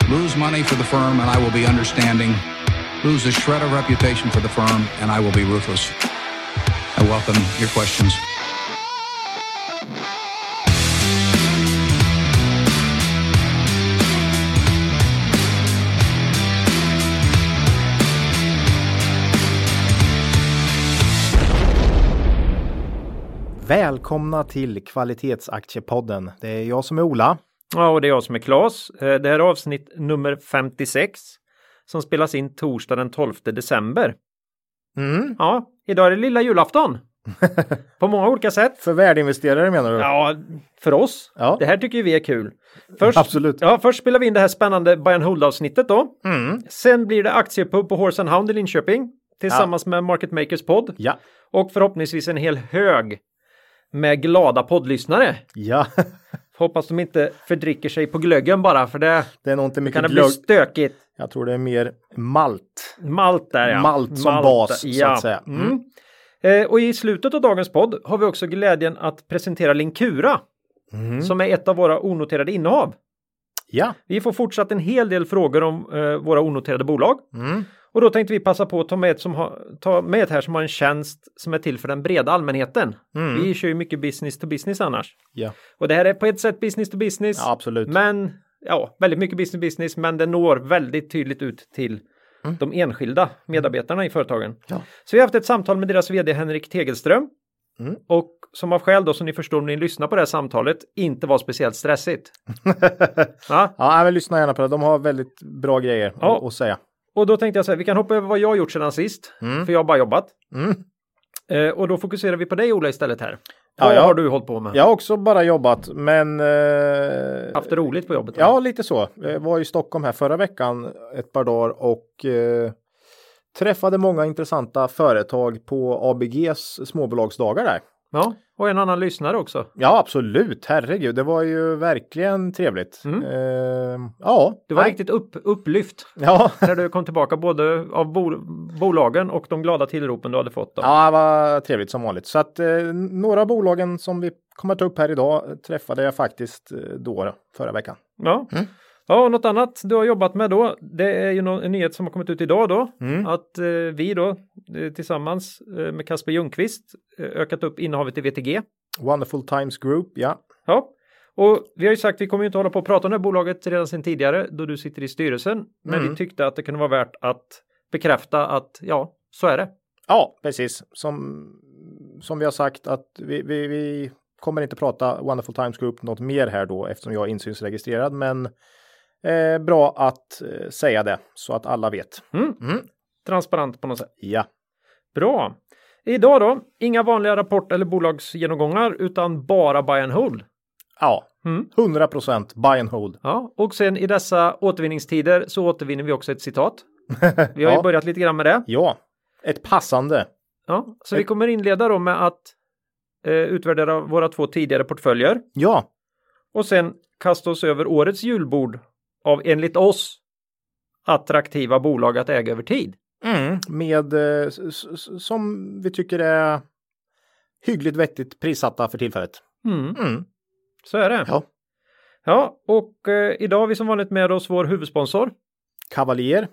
Lose money for the firm and I will be understanding. Lose a shred of reputation for the firm and I will be ruthless. I welcome your questions. Välkomna till Kvalitetsaktiepodden. Det är jag som är Ola. Ja, och det är jag som är Claes. Det här är avsnitt nummer 56 som spelas in torsdag den 12 december. Ja, idag är det lilla julafton. På många olika sätt. För värdeinvesterare menar du? Ja, för oss. Ja. Det här tycker vi är kul. Absolut. Ja, först spelar vi in det här spännande buy and hold-avsnittet då. Sen blir det aktiepub på Horse and Hound i Linköping tillsammans med Market Makers podd. Ja. Och förhoppningsvis en hel hög med glada poddlyssnare. Ja. Hoppas de inte fördricker sig på glöggen bara, för det är nog inte mycket kan det bli stökigt. Jag tror det är mer malt. Malt där, ja. Malt som bas, så att säga. Och i slutet av dagens podd har vi också glädjen att presentera Linkura, som är ett av våra onoterade innehav. Ja. Vi får fortsatt en hel del frågor om våra onoterade bolag. Och då tänkte vi passa på att ta med ett här som har en tjänst som är till för den breda allmänheten. Vi kör ju mycket business to business annars. Ja. Och det här är på ett sätt business to business. Ja, absolut. Men, väldigt mycket business to business. Men det når väldigt tydligt ut till de enskilda medarbetarna i företagen. Ja. Så vi har haft ett samtal med deras vd Henrik Tegelström. Och som av skäl då, som ni förstår när ni lyssnar på det här samtalet, inte var speciellt stressigt. Ja, jag lyssnar gärna på det. De har väldigt bra grejer att säga. Och då tänkte jag säga, vi kan hoppa över vad jag har gjort sedan sist. För jag har bara jobbat. Och då fokuserar vi på dig, Ola, istället här. Vad har du hållit på med? Jag har också bara jobbat, men... haft det roligt på jobbet? Ja, lite så. Jag var i Stockholm här förra veckan ett par dagar och träffade många intressanta företag på ABGs småbolagsdagar där. Ja, och en annan lyssnare också. Ja, absolut. Herregud, det var ju verkligen trevligt. Du var riktigt upplyft när du kom tillbaka, både av bolagen och de glada tillropen du hade fått. Då. Ja, det var trevligt som vanligt. Så att några av bolagen som vi kommer att ta upp här idag träffade jag faktiskt då förra veckan. Ja. Ja, och något annat du har jobbat med då, det är ju en nyhet som har kommit ut idag då. Att vi då tillsammans med Kasper Ljungqvist ökat upp innehavet i VTG. Wonderful Times Group, ja. Ja, och vi har ju sagt att vi kommer inte hålla på att prata om det här bolaget redan sedan tidigare då du sitter i styrelsen. Men vi tyckte att det kunde vara värt att bekräfta att så är det. Ja, precis. Som vi har sagt att vi kommer inte prata Wonderful Times Group något mer här då eftersom jag är insynsregistrerad, men bra att säga det så att alla vet. Transparent på något sätt. Ja. Bra. Idag då, inga vanliga rapport- eller bolagsgenomgångar utan bara buy and hold. Ja, 100% buy and hold. Ja, och sen i dessa återvinningstider så återvinner vi också ett citat. Vi har ju börjat lite grann med det. Ja, ett passande. Ja, så vi kommer inleda då med att utvärdera våra 2 tidigare portföljer. Ja. Och sen kasta oss över årets julbord av enligt oss attraktiva bolag att äga över tid. Med som vi tycker är hyggligt vettigt prissatta för tillfället. Så är det. Ja, och idag har vi som vanligt med oss vår huvudsponsor. Cavalier.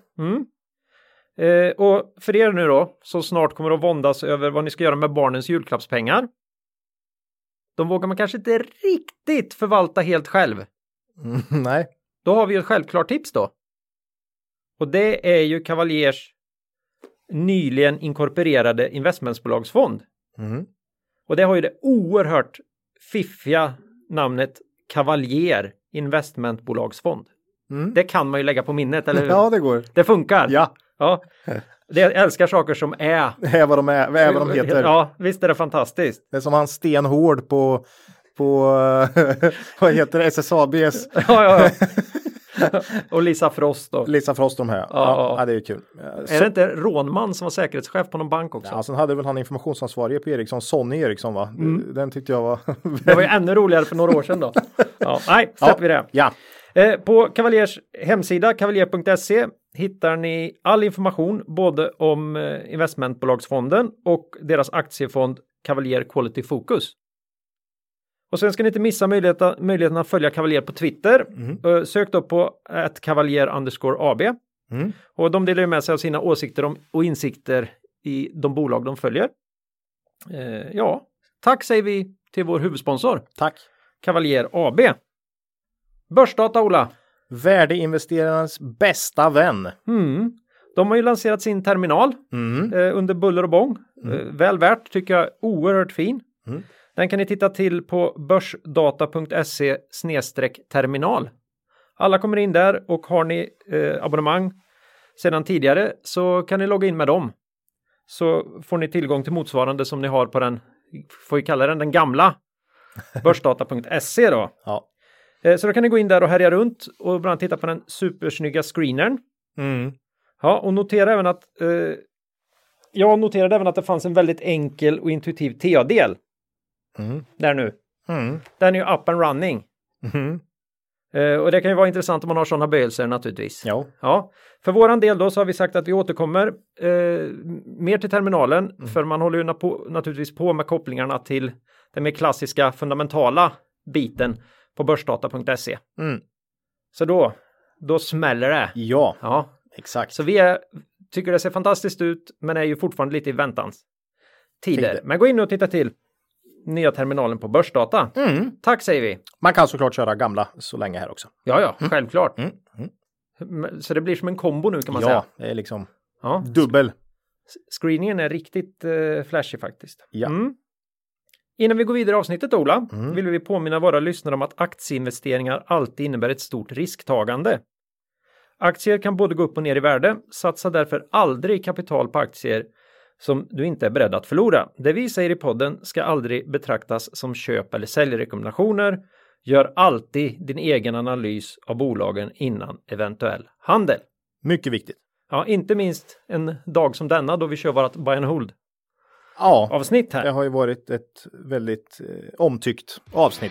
Och för er nu då, så snart kommer att våndas över vad ni ska göra med barnens julklappspengar. De vågar man kanske inte riktigt förvalta helt själv. Nej. Då har vi ett självklart tips då. Och det är ju Cavaliers nyligen inkorporerade investmentsbolagsfond. Och det har ju det oerhört fiffiga namnet Cavalier investmentbolagsfond. Det kan man ju lägga på minnet, eller hur? Ja, det går. Det funkar. Ja. Jag älskar saker som är vad de är, är vad de heter. Ja, visst är det fantastiskt. Det är som han stenhård på vad heter det? SSABs. Ja. Och Lisa Frost då. Lisa Frost de här. Ja, det är ju kul. Är det inte Rånman som var säkerhetschef på någon bank också? Ja, sen hade väl han informationsansvarige på Ericsson, Sonny Ericsson, va? Den tyckte jag var... Det var ju ännu roligare för några år sedan då. Släpper vi det. Ja. På Cavaliers hemsida, cavalier.se, hittar ni all information både om investmentbolagsfonden och deras aktiefond Cavalier Quality Focus. Och sen ska ni inte missa möjligheten att följa Cavalier på Twitter. Sök då på @Cavalier_AB. Och de delar med sig av sina åsikter och insikter i de bolag de följer. Ja, tack säger vi till vår huvudsponsor. Tack. Cavalier AB. Börsdata, Ola. Värdeinvesterarnas bästa vän. De har ju lanserat sin terminal under buller och bång. Väl värt, tycker jag, oerhört fin. Den kan ni titta till på börsdata.se/terminal. Alla kommer in där och har ni abonnemang sedan tidigare så kan ni logga in med dem. Så får ni tillgång till motsvarande som ni har på den, får vi kalla den gamla börsdata.se då. Ja. Så då kan ni gå in där och härja runt och bland annat titta på den supersnygga screenern. Ja, och notera även att jag noterade även att det fanns en väldigt enkel och intuitiv TA-del. Där nu. Den är ju up and running. Och det kan ju vara intressant om man har sådana böjelser naturligtvis. Ja. För våran del då så har vi sagt att vi återkommer mer till terminalen. För man håller ju naturligtvis på med kopplingarna till den mer klassiska fundamentala biten på börsdata.se. Så då smäller det. Ja, exakt. Så vi tycker det ser fantastiskt ut men är ju fortfarande lite i väntans tider. Men gå in och titta till nya terminalen på Börsdata. Tack säger vi. Man kan såklart köra gamla så länge här också. Ja, självklart. Så det blir som en kombo nu kan man säga. Ja, det är liksom dubbel. Screeningen är riktigt flashig faktiskt. Ja. Innan vi går vidare i avsnittet, Ola, vill vi påminna våra lyssnare om att aktieinvesteringar alltid innebär ett stort risktagande. Aktier kan både gå upp och ner i värde. Satsa därför aldrig kapital på aktier som du inte är beredd att förlora. Det vi säger i podden ska aldrig betraktas som köp- eller säljrekommendationer. Gör alltid din egen analys av bolagen innan eventuell handel. Mycket viktigt. Ja, inte minst en dag som denna då vi kör vårt buy and hold avsnitt här. Det har ju varit ett väldigt omtyckt avsnitt.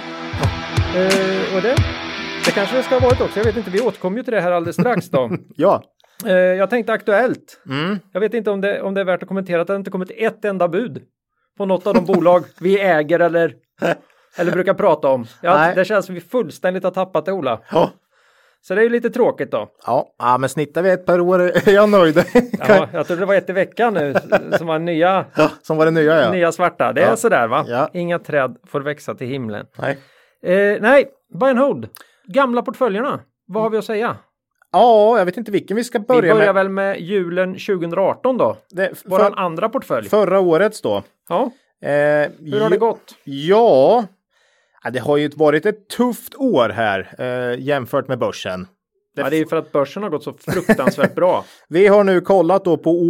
Och det kanske det ska ha varit också. Jag vet inte, vi återkommer ju till det här alldeles strax då. Ja. Jag tänkte aktuellt. Jag vet inte om det är värt att kommentera att det inte kommit ett enda bud på något av de bolag vi äger eller brukar prata om. Det känns som vi fullständigt har tappat det, Ola. Ja. Så det är ju lite tråkigt då. Ja, men snittar vi ett per år är jag nöjd. Ja, jag tror det var ett i veckan nu som var nya. Ja, som var det nya, ja. Nya svarta. Det är sådär, va? Ja. Inga träd får växa till himlen. Nej. Nej, buy and hold. Gamla portföljerna. Vad har vi att säga? Ja, jag vet inte vilken vi ska börja med. Vi börjar väl med julen 2018 då. Våran andra portfölj. Förra årets då. Ja. Hur har det gått? Ja, det har ju varit ett tufft år här jämfört med börsen. Det är ju för att börsen har gått så fruktansvärt bra. Vi har nu kollat då på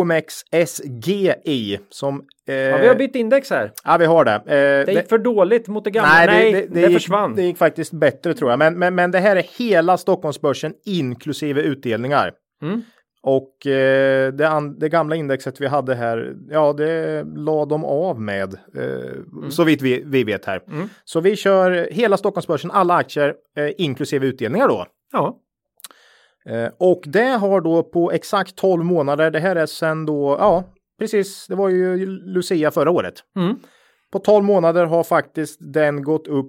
OMXSGI som... Ja, vi har bytt index här. Ja, vi har det. Det gick för dåligt mot det gamla. Nej, det försvann. Det gick faktiskt bättre tror jag. Men det här är hela Stockholmsbörsen inklusive utdelningar. Och det gamla indexet vi hade här, ja det la de av med så vitt vi vet här. Så vi kör hela Stockholmsbörsen, alla aktier inklusive utdelningar då. Ja. Och det har då på exakt 12 månader, det här är sen då, ja precis, det var ju Lucia förra året. På 12 månader har faktiskt den gått upp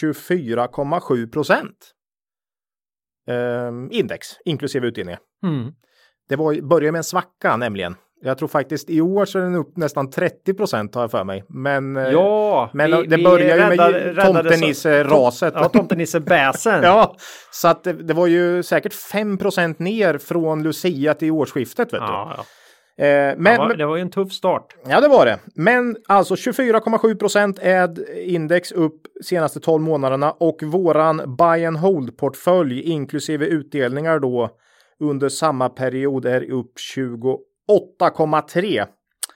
24,7%. Index, inklusive utdelningar. Det började med en svacka nämligen. Jag tror faktiskt i år så är den upp nästan 30% har jag för mig. Men det börjar ju med Tomtenisse-raset. Ja, Tomtenisse-bäsen. Ja, så att det var ju säkert 5% ner från Lucia till årsskiftet, vet du. Ja. Men det var ju en tuff start. Ja, det var det. Men alltså 24,7% är index upp senaste 12 månaderna och våran buy and hold-portfölj inklusive utdelningar då under samma period är upp 28,3.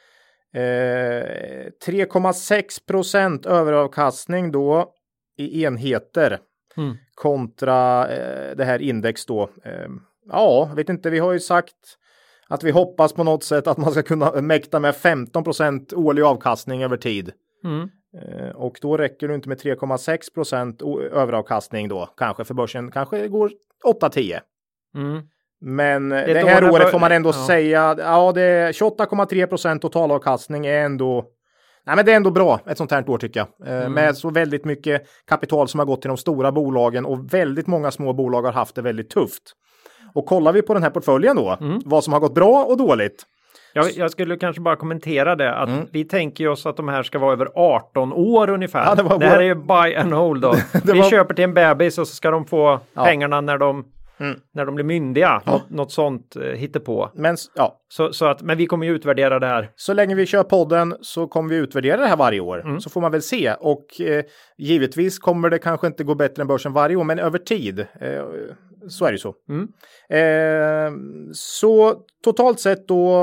3,6% överavkastning då i enheter kontra det här index då. Ja, vet inte, vi har ju sagt att vi hoppas på något sätt att man ska kunna mäkta med 15% årlig avkastning över tid. Och då räcker det inte med 3,6% överavkastning då. Kanske för börsen, kanske det går 8-10. Men det här året får man ändå säga, ja det är 28,3% totalavkastning är ändå, Nej, men det är ändå bra ett sånt här år tycker jag. Med så väldigt mycket kapital som har gått till de stora bolagen och väldigt många små bolag har haft det väldigt tufft. Och kollar vi på den här portföljen då, vad som har gått bra och dåligt. Jag skulle kanske bara kommentera det, att vi tänker oss att de här ska vara över 18 år ungefär. Ja, det här är ju buy and hold då. Vi köper till en bebis och så ska de få pengarna när de blir myndiga. Något sånt hittar på. Men, men vi kommer ju utvärdera det här. Så länge vi kör podden så kommer vi utvärdera det här varje år. Så får man väl se. Och givetvis kommer det kanske inte gå bättre än börsen varje år, men över tid så är det så. Så totalt sett då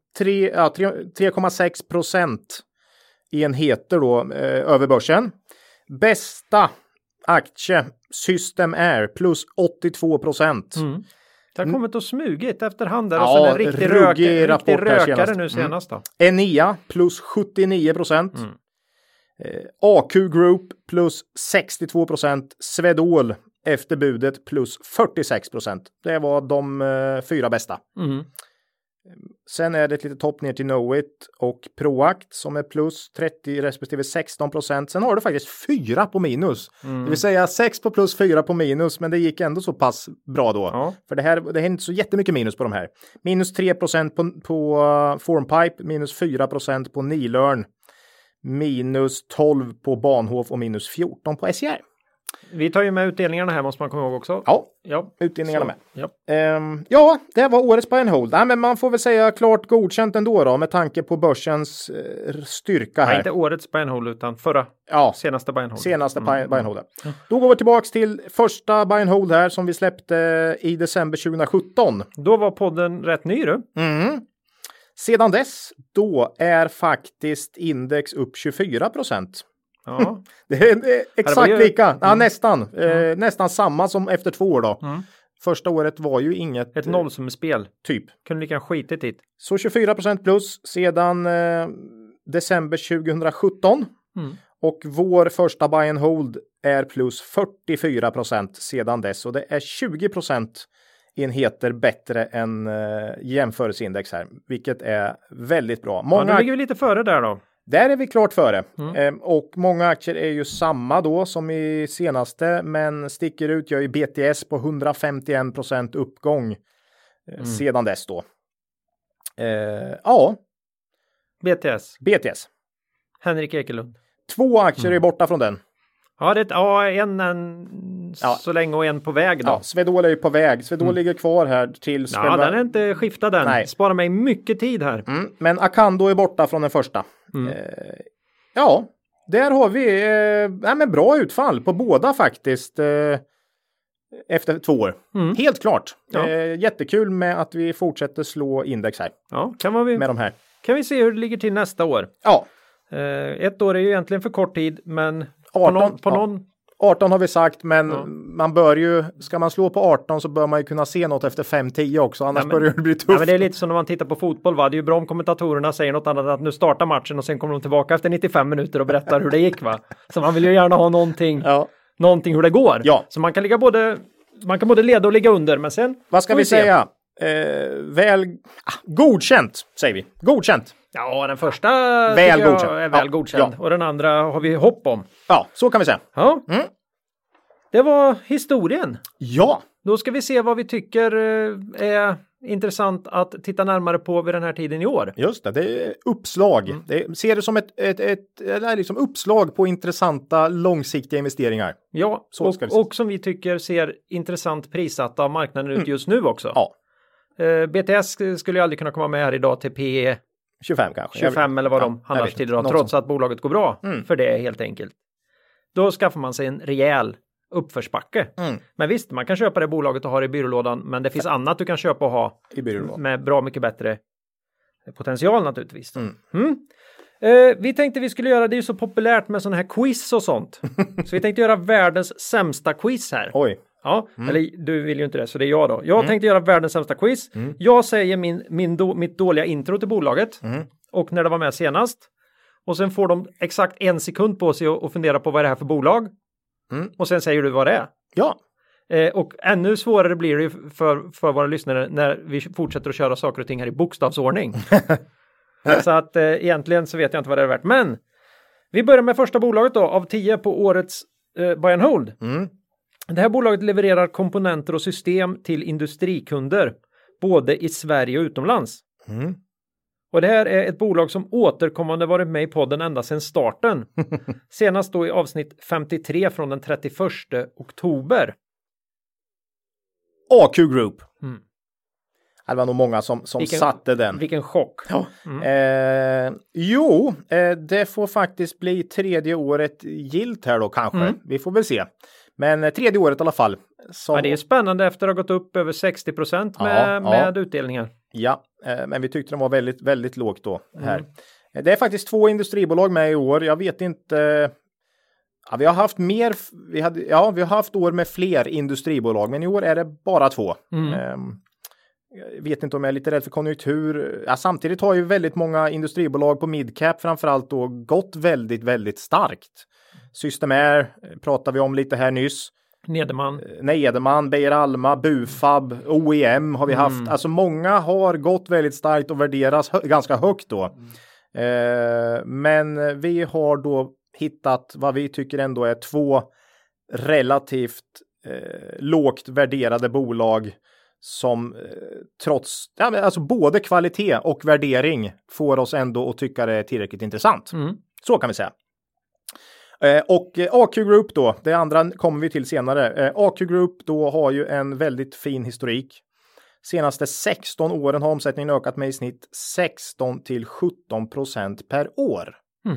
3,6% enheter då över börsen. Bästa aktie System Air plus 82%. Det har kommit och smugit efterhand där och så en riktig rökare nu senast då. Enea plus 79%. AQ Group plus 62%. Swedol efter budet plus 46%. Det var de 4 bästa. Sen är det ett litet topp ner till Knowit och Proact som är plus 30 respektive 16%. Sen har du faktiskt 4 på minus. Det vill säga 6 på plus, 4 på minus. Men det gick ändå så pass bra då. Ja. För det är inte så jättemycket minus på de här. Minus 3% på Formpipe, minus 4% på Nilörn, minus 12 på Bahnhof och minus 14 på SCR. Vi tar ju med utdelningarna här, måste man komma ihåg också. Ja. Utdelningarna med. Det var årets buy and hold. Nej, men man får väl säga klart godkänt ändå då, med tanke på börsens styrka här. Nej, inte årets buy and hold utan senaste buy and hold. Senaste buy and hold. Då går vi tillbaks till första buy and hold här som vi släppte i december 2017. Då var podden rätt ny du. Sedan dess, då är faktiskt index upp 24%. Ja. Det är exakt lika. Ja, nästan. Nästan samma som efter 2 år då. Första året var ju inget... Ett nollsummespel. Typ. Kunde lika skitit hit. Så 24% plus sedan december 2017. Och vår första buy and hold är plus 44% sedan dess. Och det är 20% enheter bättre än jämförelseindex här. Vilket är väldigt bra. Då ligger vi lite före där då. Där är vi klart före. Och många aktier är ju samma då som i senaste, men sticker ut gör ju BTS på 151% uppgång sedan dess då. BTS. Henrik Ekelund. 2 aktier är borta från den. Ja, det är så länge och en på väg då. Ja, Swedol är ju på väg. Swedol ligger kvar här tills... Ja, den är inte skiftad den. Nej. Sparar mig mycket tid här. Men Acando är borta från den första. Där har vi bra utfall på båda faktiskt. Efter 2 år. Helt klart. Jättekul med att vi fortsätter slå index här. Ja, med de här. Kan vi se hur det ligger till nästa år? Ja. 1 år är ju egentligen för kort tid, men 18 har vi sagt, men man bör ju, ska man slå på 18 så bör man ju kunna se något efter 5-10 också, annars börjar det bli tufft. Men det är lite som när man tittar på fotboll, va? Det är ju bra om kommentatorerna säger något annat, att nu startar matchen och sen kommer de tillbaka efter 95 minuter och berättar hur det gick, va? Så man vill ju gärna ha någonting hur det går. Ja. Så man kan både leda och ligga under, men sen... Vad ska vi säga? Godkänt, säger vi. Godkänt. Ja, den första är väl godkänd. Och den andra har vi hopp om. Ja, så kan vi säga. Ja. Det var historien. Ja. Då ska vi se vad vi tycker är intressant att titta närmare på vid den här tiden i år. Just det är uppslag. Ser det som ett liksom uppslag på intressanta långsiktiga investeringar. Ja, och som vi tycker ser intressant prissatta av marknaden ut just nu också. Ja. BTS skulle ju aldrig kunna komma med här idag till PE 25 kanske. 25 eller vad de handlas till idag, trots att bolaget går bra för det helt enkelt. Då skaffar man sig en rejäl uppförsbacke. Men visst, man kan köpa det bolaget och ha det i byrålådan, men det finns annat du kan köpa och ha i byrålådan med bra mycket bättre potential naturligtvis. Vi tänkte vi skulle göra, det är ju så populärt med sådana här quiz och sånt. Så vi tänkte göra världens sämsta quiz här. Oj. Ja, eller du vill ju inte det, så det är jag då. Jag tänkte göra världens sämsta quiz. Jag säger mitt dåliga intro till bolaget. Och när det var med senast. Och sen får de exakt 1 sekund på sig och fundera på vad är det här för bolag. Och sen säger du vad det är. Ja. Och ännu svårare blir det för våra lyssnare när vi fortsätter att köra saker och ting här i bokstavsordning. Så att egentligen så vet jag inte vad det är värt. Men Vi börjar med första bolaget då av 10 på årets buy and hold. Det här bolaget levererar komponenter och system till industrikunder både i Sverige och utomlands. Och det här är ett bolag som återkommande varit med i podden ända sedan starten. Senast då i avsnitt 53 från den 31 oktober. AQ Group. Det var nog många som satte den. Vilken chock. Ja. Det får faktiskt bli tredje året gilt här då kanske. Vi får väl se. Men tredje året i alla fall. Ja, det är spännande efter att ha gått upp över 60% med utdelningar. Ja, men vi tyckte de var väldigt, väldigt lågt då här. Det är faktiskt 2 industribolag med i år. Jag vet inte. Ja, vi har haft vi har haft år med fler industribolag, men i år är det bara 2. Jag vet inte om jag är lite rädd för konjunktur. Ja, samtidigt har ju väldigt många industribolag på midcap framförallt då gått väldigt, väldigt starkt. Systemair pratar vi om lite här nyss. Nederman, Beijer Alma, Bufab, OEM har vi haft. Alltså många har gått väldigt starkt och värderas ganska högt då. Men vi har då hittat vad vi tycker ändå är 2 relativt lågt värderade bolag som trots alltså både kvalitet och värdering får oss ändå att tycka det är tillräckligt intressant. Så kan vi säga. Och AQ Group då, det andra kommer vi till senare. AQ Group då har ju en väldigt fin historik. Senaste 16 åren har omsättningen ökat med i snitt 16-17% per år.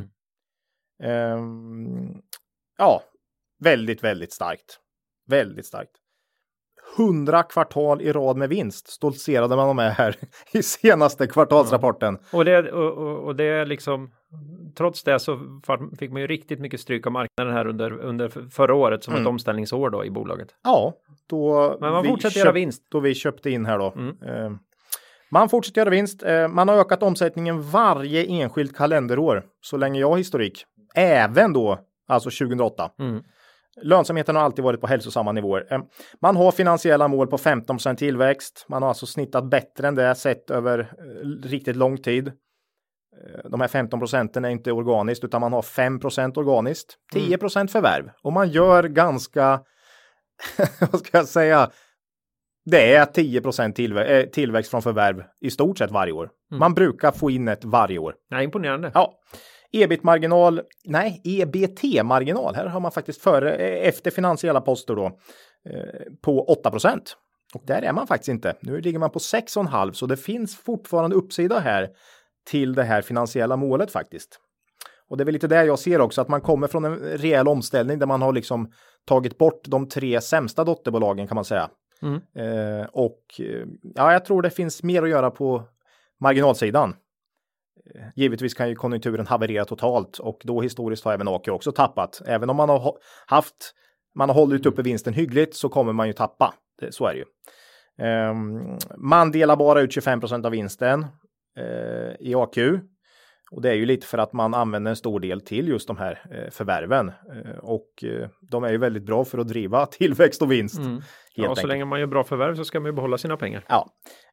Ja, väldigt, väldigt starkt. Väldigt starkt. 100 kvartal i rad med vinst stoltserade man med här i senaste kvartalsrapporten. Och det är liksom, trots det så fick man ju riktigt mycket stryk av marknaden här under förra året som ett omställningsår då i bolaget. Ja, men man fortsätter göra vinst. Då vi köpte in här då. Man fortsätter göra vinst. Man har ökat omsättningen varje enskilt kalenderår så länge jag har historik. Även då, alltså 2008. Lönsamheten har alltid varit på hälsosamma nivåer. Man har finansiella mål på 15% tillväxt. Man har alltså snittat bättre än det sett över riktigt lång tid. De här 15% är inte organiskt utan man har 5% organiskt. 10% förvärv. Och man gör ganska, vad ska jag säga, det är 10% tillväxt från förvärv i stort sett varje år. Man brukar få in ett varje år. Ja, imponerande. Ja. EBT-marginal, här har man faktiskt efter finansiella poster då på 8%. Och där är man faktiskt inte. Nu ligger man på 6,5 så det finns fortfarande uppsida här till det här finansiella målet faktiskt. Och det är väl lite där jag ser också att man kommer från en rejäl omställning där man har liksom tagit bort de 3 sämsta dotterbolagen kan man säga. Jag tror det finns mer att göra på marginalsidan. Givetvis kan ju konjunkturen haverera totalt och då historiskt har även AQ också tappat. Även om man har hållit uppe vinsten hyggligt så kommer man ju tappa. Så är det ju. Man delar bara ut 25% av vinsten i AQ. Och det är ju lite för att man använder en stor del till just de här förvärven. Och de är ju väldigt bra för att driva tillväxt och vinst. Ja, så länge man gör bra förvärv så ska man ju behålla sina pengar. Ja.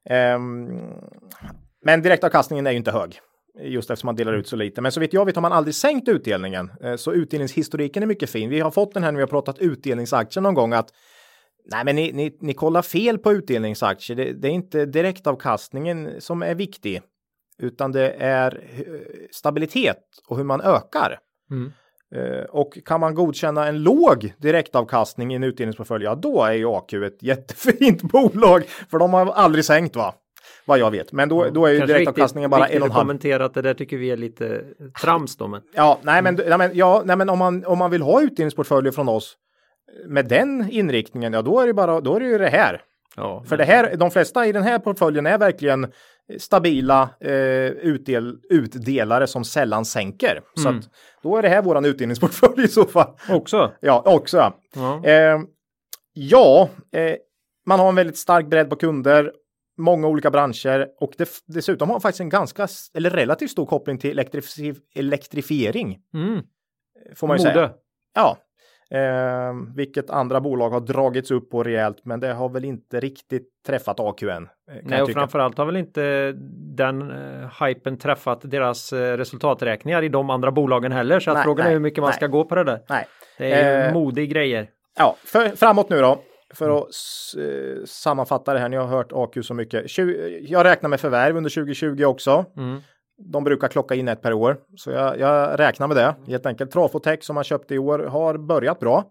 Men direktavkastningen är ju inte hög. Just eftersom man delar ut så lite. Men så vitt jag vet har man aldrig sänkt utdelningen. Så utdelningshistoriken är mycket fin. Vi har fått den här när vi har pratat utdelningsaktier någon gång. Att nej men ni kollar fel på utdelningsaktier. Det är inte direktavkastningen som är viktig. Utan det är stabilitet och hur man ökar. Och kan man godkänna en låg direktavkastning i en utdelningsportfölj, ja, då är ju AQ ett jättefint bolag. För de har aldrig sänkt vad jag vet. Men då är ju direktavkastningen bara 1,5. Att kommentera att det där tycker vi är lite trams då. Men. Ja, men om man vill ha utdelningsportföljer från oss med den inriktningen, ja då är det ju det här. Ja, för det här, de flesta i den här portföljen är verkligen stabila utdelare som sällan sänker. Så att, då är det här våran utdelningsportfölj i så fall. Också? Ja, också. Ja. Man har en väldigt stark bredd på kunder, många olika branscher och dessutom har man faktiskt en relativt stor koppling till elektrifiering. Får man ju säga. Ja. Vilket andra bolag har dragits upp på rejält, men det har väl inte riktigt träffat AQ än. Nej, och framförallt har väl inte den hypen träffat deras resultaträkningar i de andra bolagen heller. Så att frågan är hur mycket man ska gå på det där. Nej. Det är ju modig grejer. Ja, framåt nu då. För att sammanfatta det här, ni har hört AQ så mycket. Jag räknar med förvärv under 2020 också. De brukar klocka in ett per år. Så jag räknar med det. Helt enkelt. Trafotech som man köpte i år har börjat bra.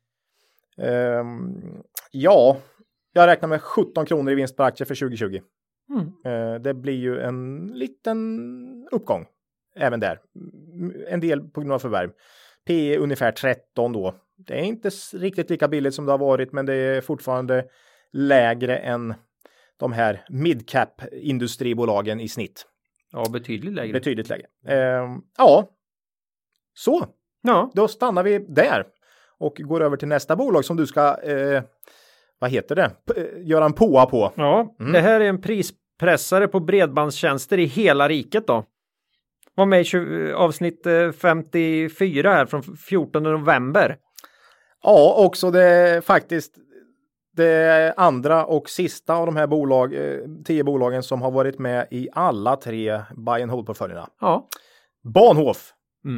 Ja, jag räknar med 17 kronor i vinst per aktie för 2020. Det blir ju en liten uppgång. Även där. En del på grund av förvärv. PE ungefär 13 då. Det är inte riktigt lika billigt som det har varit, men det är fortfarande lägre än de här midcap industribolagen i snitt. Ja, betydligt lägre. Betydligt lägre. Ja, så. Ja. Då stannar vi där och går över till nästa bolag som du ska, vad heter det? Göra en påa på. Ja, det här är en prispressare på bredbandstjänster i hela riket då. Var med i avsnitt 54 här från 14 november. Ja, också det faktiskt det andra och sista av de här 10 bolagen som har varit med i alla 3 buy and hold-portföljerna. Ja. Bahnhof.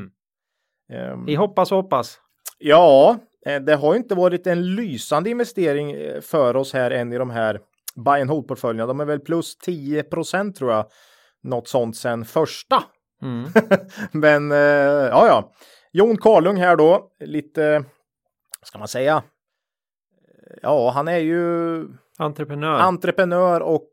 Vi hoppas. Ja, det har inte varit en lysande investering för oss här än i de här buy and hold-portföljerna. De är väl plus 10% tror jag. Något sånt sen första. Men ja. Jon Karlung här då. Lite, ska man säga. Ja, han är ju entreprenör och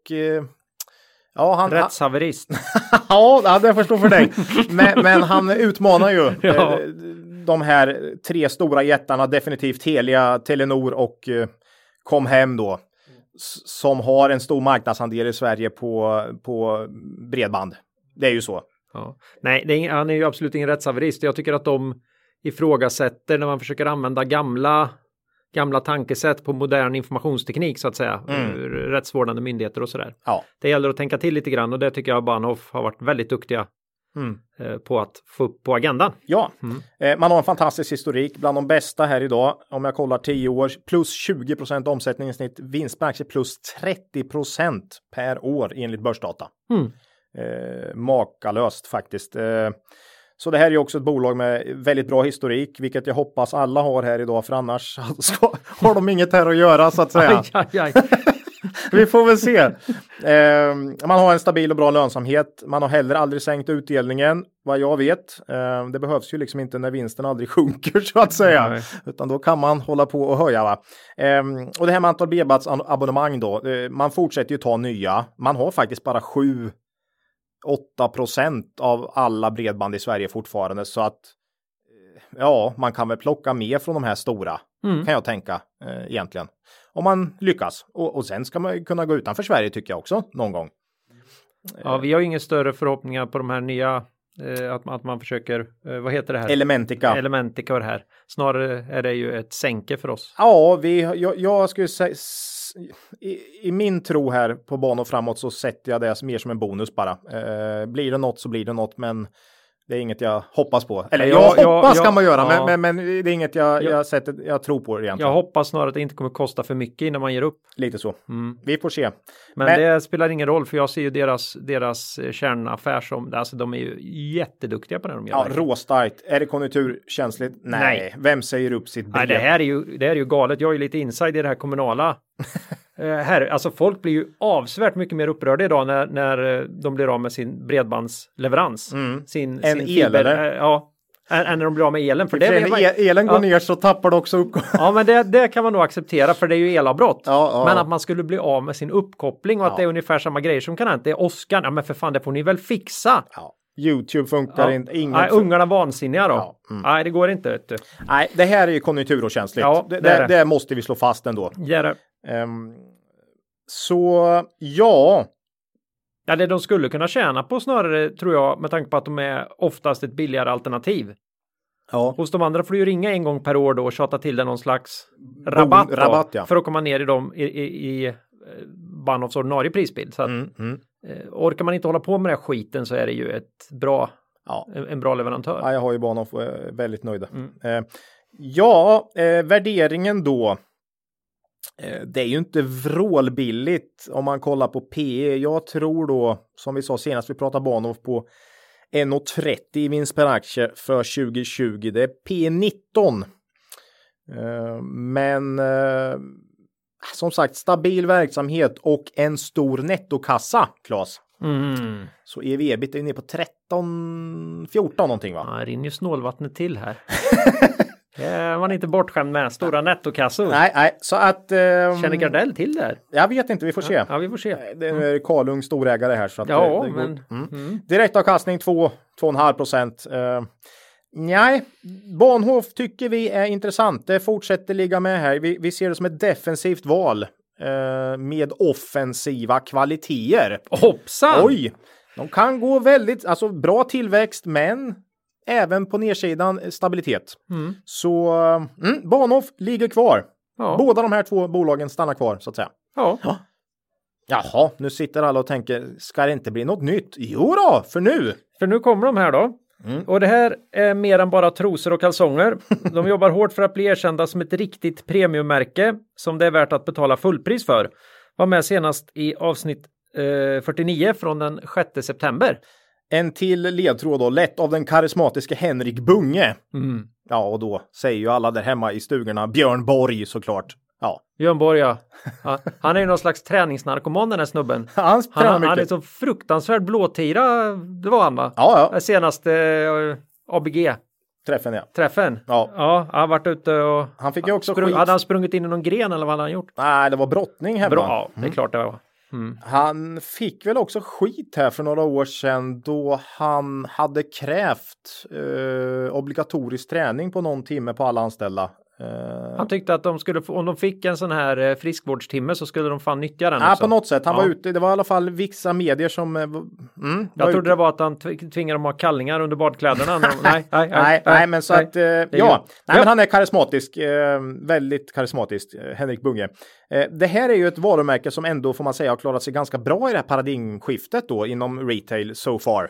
rättshaverist. Ja, det förstår för dig. men han utmanar ju de här 3 stora jättarna, definitivt Telia, Telenor och Comhem då, som har en stor marknadsandel i Sverige på bredband. Det är ju så. Ja. Nej, han är ju absolut ingen rättshaverist. Jag tycker att de ifrågasätter när man försöker använda gamla tankesätt på modern informationsteknik så att säga. Rättsvårdande myndigheter och sådär. Ja. Det gäller att tänka till lite grann och det tycker jag Bahnhof har varit väldigt duktiga på att få upp på agendan. Ja, man har en fantastisk historik. Bland de bästa här idag, om jag kollar 10 år, plus 20% omsättning i snitt, vinst per aktie plus 30% per år enligt börsdata. Makalöst faktiskt. Så det här är ju också ett bolag med väldigt bra historik, vilket jag hoppas alla har här idag, för annars har de inget här att göra så att säga. Aj. Vi får väl se. Man har en stabil och bra lönsamhet. Man har heller aldrig sänkt utdelningen, vad jag vet. Det behövs ju liksom inte när vinsten aldrig sjunker så att säga. Nej. Utan då kan man hålla på och höja. Va? Och det här med antal bredbandsabonnemang då. Man fortsätter ju ta nya. Man har faktiskt bara 7-8% av alla bredband i Sverige fortfarande. Så att ja, man kan väl plocka mer från de här stora. Kan jag tänka egentligen. Om man lyckas. Och sen ska man kunna gå utanför Sverige tycker jag också någon gång. Ja, vi har ju inga större förhoppningar på de här nya att man försöker, vad heter det här? Elementica och det här. Snarare är det ju ett sänke för oss. Ja, jag skulle säga i min tro här på Bahnhof framåt så sätter jag det mer som en bonus bara. Blir det något så blir det något, men det är inget jag hoppas på. Eller jag hoppas kan man göra, men det är inget jag tror på egentligen. Jag hoppas snarare att det inte kommer kosta för mycket innan man ger upp. Lite så. Vi får se. Men det spelar ingen roll, för jag ser ju deras kärnaffär som, alltså de är ju jätteduktiga på det de gör. Ja, råstarkt. Är det konjunkturkänsligt? Nej. Vem säger upp sitt brev? Nej, det är ju galet. Jag är ju lite inside i det här kommunala. Alltså folk blir ju avsevärt mycket mer upprörda idag när de blir av med sin bredbandsleverans. Sin el eller? Ja, än när de blir av med elen. För elen går ner så tappar det också upp. Ja, men det kan man nog acceptera, för det är ju elavbrott. Ja. Men att man skulle bli av med sin uppkoppling och att det är ungefär samma grejer som kan hända. Det är Oskar. Ja, men för fan, det får ni väl fixa. Ja. YouTube funkar inte. Nej, ungarna vansinniga då. Ja. Nej, det går inte. Vet du. Nej, det här är ju konjunkturokänsligt. Ja, det måste vi slå fast ändå. Ja, så ja. Ja, det de skulle kunna tjäna på snarare, tror jag, med tanke på att de är oftast ett billigare alternativ. Ja. Hos de andra får du ju ringa en gång per år då och tjata till det någon slags rabatt ja. För att komma ner i Bahnhofs ordinarie prisbild. Så att, orkar man inte hålla på med den här skiten så är det ju en bra leverantör. Ja, jag har ju Bahnhof och är väldigt nöjda. Ja, värderingen då. Det är ju inte vrålbilligt om man kollar på PE. Jag tror då, som vi sa senast vi pratade Bahnhof, på 1,30 i vinst per aktie för 2020. Det är P19. Men som sagt, stabil verksamhet och en stor nettokassa, Claes. Så EV/EBIT är nere på 13-14 någonting, va? Ja, det rinner ju snålvattnet till här. Man är inte bortskämd med stora nettokassor. Nej, så att... Känner Gardell till det här? Jag vet inte, vi får se. Ja, vi får se. Det är Karlung storägare här. Så att ja, det men... Direktavkastning 2,5%. Nej, Bahnhof tycker vi är intressant. Det fortsätter ligga med här. Vi ser det som ett defensivt val med offensiva kvaliteter. Hoppsan! Oj! De kan gå väldigt, alltså bra tillväxt, men även på nedsidan stabilitet. Så Bahnhof ligger kvar. Ja. Båda de här två bolagen stannar kvar, så att säga. Ja. Jaha, nu sitter alla och tänker, ska det inte bli något nytt? Jo då, för nu! För nu kommer de här då. Och det här är mer än bara trosor och kalsonger. De jobbar hårt för att bli erkända som ett riktigt premiummärke som det är värt att betala fullpris för. Var med senast i avsnitt 49 från den 6 september. En till ledtråd då, lätt av den karismatiska Henrik Bunge. Ja, och då säger ju alla där hemma i stugorna Björn Borg såklart. Ja. Björn Borg, ja. Han är ju någon slags träningsnarkoman, den här snubben. Han är så fruktansvärd blåtira, det var han, va? Ja. Senaste ABG. Träffen? Ja. Ja, han har varit ute och... Han fick ju också hade han sprungit in i någon gren eller vad hade han gjort? Nej, det var brottning hemma. Ja, det är klart det var. Han fick väl också skit här för några år sedan då han hade krävt obligatorisk träning på någon timme på alla anställda. Han tyckte att de skulle, om de fick en sån här friskvårdstimme så skulle de fan nyttja den också. också. På något sätt. Han var ute, det var i alla fall vissa medier som... jag trodde det var att han tvingade dem att ha kallingar under badkläderna. nej, men så att... men han är karismatisk. Väldigt karismatisk, Henrik Bunge. Det här är ju ett varumärke som ändå, får man säga, har klarat sig ganska bra i det här paradigmskiftet då inom retail so far.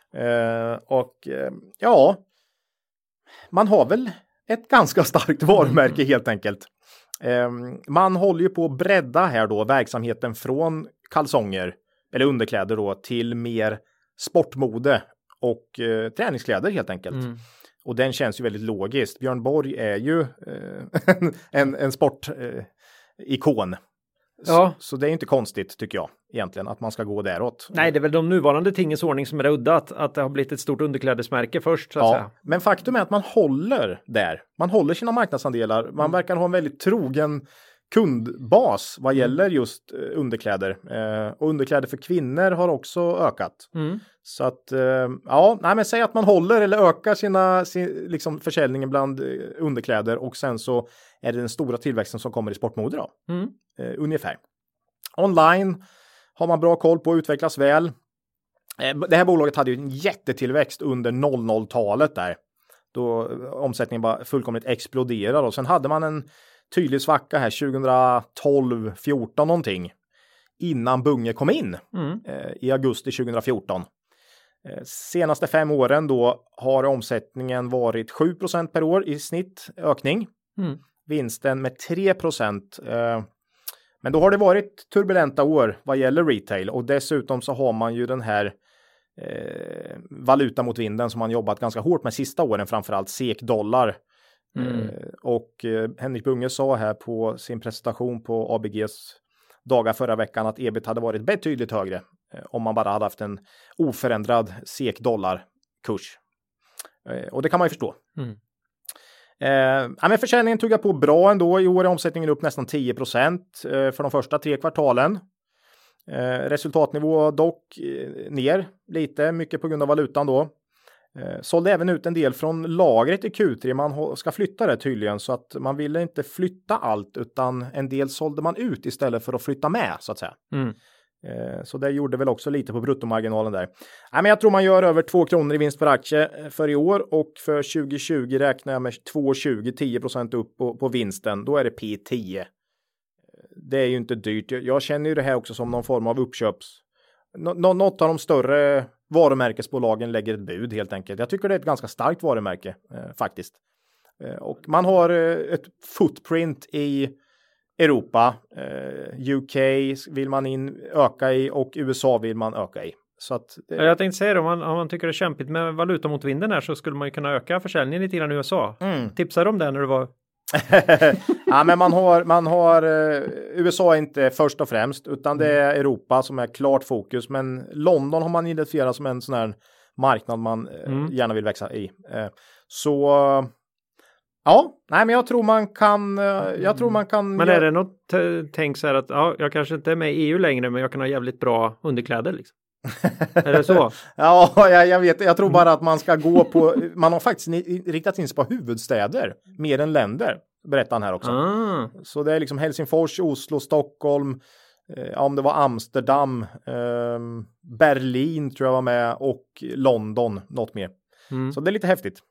Man har väl ett ganska starkt varumärke helt enkelt. Man håller ju på att bredda här då verksamheten från kalsonger eller underkläder då till mer sportmode och träningskläder helt enkelt. Och den känns ju väldigt logiskt. Björn Borg är ju en sportikon. Ja. Så det är inte konstigt tycker jag egentligen att man ska gå däråt. Nej, det är väl de nuvarande tingens ordning som är udda att det har blivit ett stort underklädesmärke först. Så att säga. Men faktum är att man håller där. Man håller sina marknadsandelar. Man verkar ha en väldigt trogen kundbas vad gäller just underkläder. Och underkläder för kvinnor har också ökat. Så att, men säg att man håller eller ökar sin försäljningen bland underkläder och sen så är det den stora tillväxten som kommer i sportmode då. Ungefär. Online har man bra koll på, utvecklas väl. Det här bolaget hade ju en jättetillväxt under 00-talet där. Då omsättningen bara fullkomligt exploderade. Och sen hade man en tydlig svacka här 2012-14 någonting. Innan Bunge kom in i augusti 2014. Senaste 5 åren då har omsättningen varit 7% per år i snitt ökning. Vinsten med 3%. Men då har det varit turbulenta år vad gäller retail och dessutom så har man ju den här valuta mot vinden som man jobbat ganska hårt med sista åren, framförallt SEK-dollar. Och Henrik Bunge sa här på sin presentation på ABGs dagar förra veckan att EBIT hade varit betydligt högre om man bara hade haft en oförändrad SEK-dollar-kurs. Och det kan man ju förstå. Men försäljningen tuggar på bra ändå. I år är omsättningen upp nästan 10% för de första 3 kvartalen. Resultatnivå dock ner lite, mycket på grund av valutan då. Sålde även ut en del från lagret i Q3. Man ska flytta det tydligen så att man ville inte flytta allt utan en del sålde man ut istället för att flytta med så att säga. Så det gjorde väl också lite på bruttomarginalen där. Men jag tror man gör över 2 kronor i vinst per aktie för i år och för 2020 räknar jag med 2,20, 10% upp på vinsten. Då är det P10. Det är ju inte dyrt. Jag känner ju det här också som någon form av uppköps. Något av de större varumärkesbolagen lägger ett bud helt enkelt. Jag tycker det är ett ganska starkt varumärke faktiskt. Och man har ett footprint i Europa, UK vill man öka i och USA vill man öka i. Så att, jag tänkte säga det, om man tycker det är kämpigt med valuta mot vinden här så skulle man ju kunna öka försäljningen lite grann i USA. Tipsar du om det när du var... Ja, men man har USA är inte först och främst utan det är Europa som är klart fokus, men London har man identifierat som en sån här marknad man gärna vill växa i. Så ja, nej, men jag tror man kan Men är det något tänk så här att jag kanske inte är med i EU längre, men jag kan ha jävligt bra underkläder liksom? Är det så? Ja, jag vet. Jag tror bara att man ska gå på... Man har faktiskt riktat in sig på huvudstäder mer än länder, berättar han här också. Så det är liksom Helsingfors, Oslo, Stockholm, om det var Amsterdam, Berlin tror jag var med och London, något mer. Så det är lite häftigt.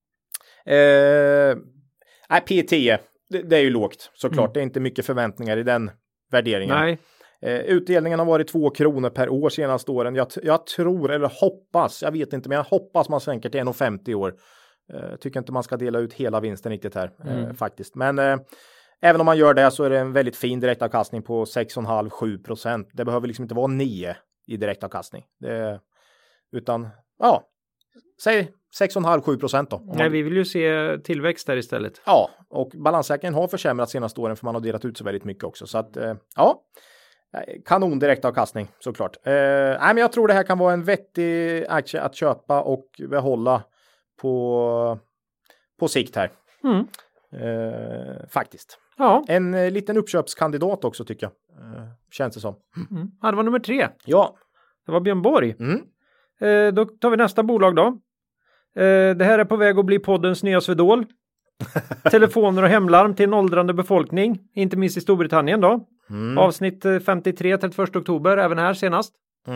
P10, det är ju lågt såklart. Det är inte mycket förväntningar i den värderingen. Nej. Utdelningen har varit 2 kronor per år senaste åren. Jag tror eller hoppas, jag vet inte, men jag hoppas man sänker till 1,50 i år. Tycker inte man ska dela ut hela vinsten riktigt här faktiskt. Men även om man gör det så är det en väldigt fin direktavkastning på 6,5-7%. Det behöver liksom inte vara 9 i direktavkastning. Utan säg 6,5-7% då. Nej, vi vill ju se tillväxt där istället. Ja, och balanssäkringen har försämrats senaste åren för man har delat ut så väldigt mycket också. Så att kanon direktavkastning såklart. Men jag tror det här kan vara en vettig aktie att köpa och behålla på sikt här. Faktiskt. Ja. En liten uppköpskandidat också tycker jag. Känns det som. Ja, det var nummer 3. Ja. Det var Björn Borg. Då tar vi nästa bolag då. Det här är på väg att bli poddens nya Swedol. Telefoner och hemlarm till en åldrande befolkning. Inte minst i Storbritannien då. Avsnitt 53, 31 oktober. Även här senast.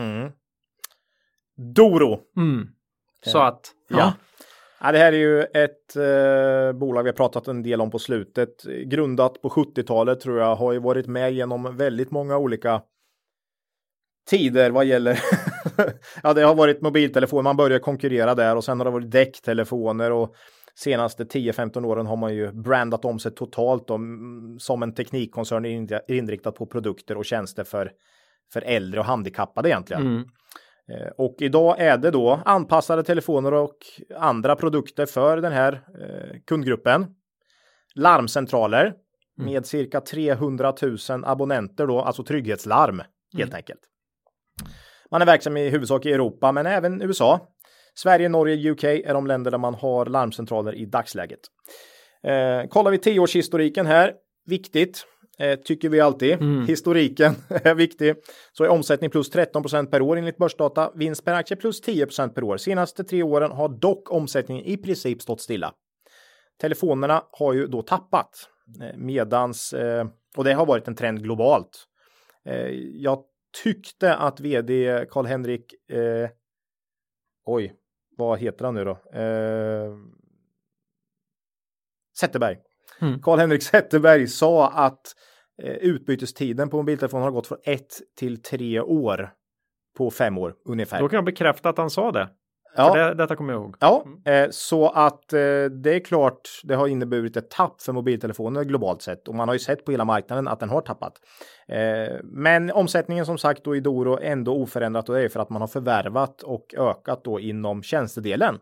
Doro. Så att. Ja, det här är ju ett bolag vi har pratat en del om på slutet. Grundat på 70-talet tror jag. Har ju varit med genom väldigt många olika tider vad gäller det har varit mobiltelefon, man börjar konkurrera där och sen har det varit däcktelefoner och senaste 10-15 åren har man ju brandat om sig totalt som en teknikkoncern inriktad på produkter och tjänster för äldre och handikappade egentligen. Och idag är det då anpassade telefoner och andra produkter för den här kundgruppen. Larmcentraler med cirka 300 000 abonnenter då, alltså trygghetslarm helt enkelt. Man är verksam i huvudsak i Europa men även USA. Sverige, Norge, UK är de länder där man har larmcentraler i dagsläget. Kollar vi 10-årshistoriken här, viktigt tycker vi alltid. Historiken är viktig. Så är omsättning plus 13% per år enligt börsdata, vinst per aktie plus 10% per år. Senaste 3 åren har dock omsättningen i princip stått stilla. Telefonerna har ju då tappat medans, och det har varit en trend globalt. Jag tyckte att vd Karl-Henrik vad heter han nu då? Zetterberg. Karl-Henrik Zetterberg sa att utbytestiden på mobiltelefonen har gått från 1 till 3 år på 5 år ungefär. Då kan jag bekräfta att han sa det. Ja. Detta kommer jag ihåg. Ja, så att det är klart det har inneburit ett tapp för mobiltelefoner globalt sett. Och man har ju sett på hela marknaden att den har tappat. Men omsättningen som sagt då i Doro är ändå oförändrat och det är för att man har förvärvat och ökat då inom tjänstedelen.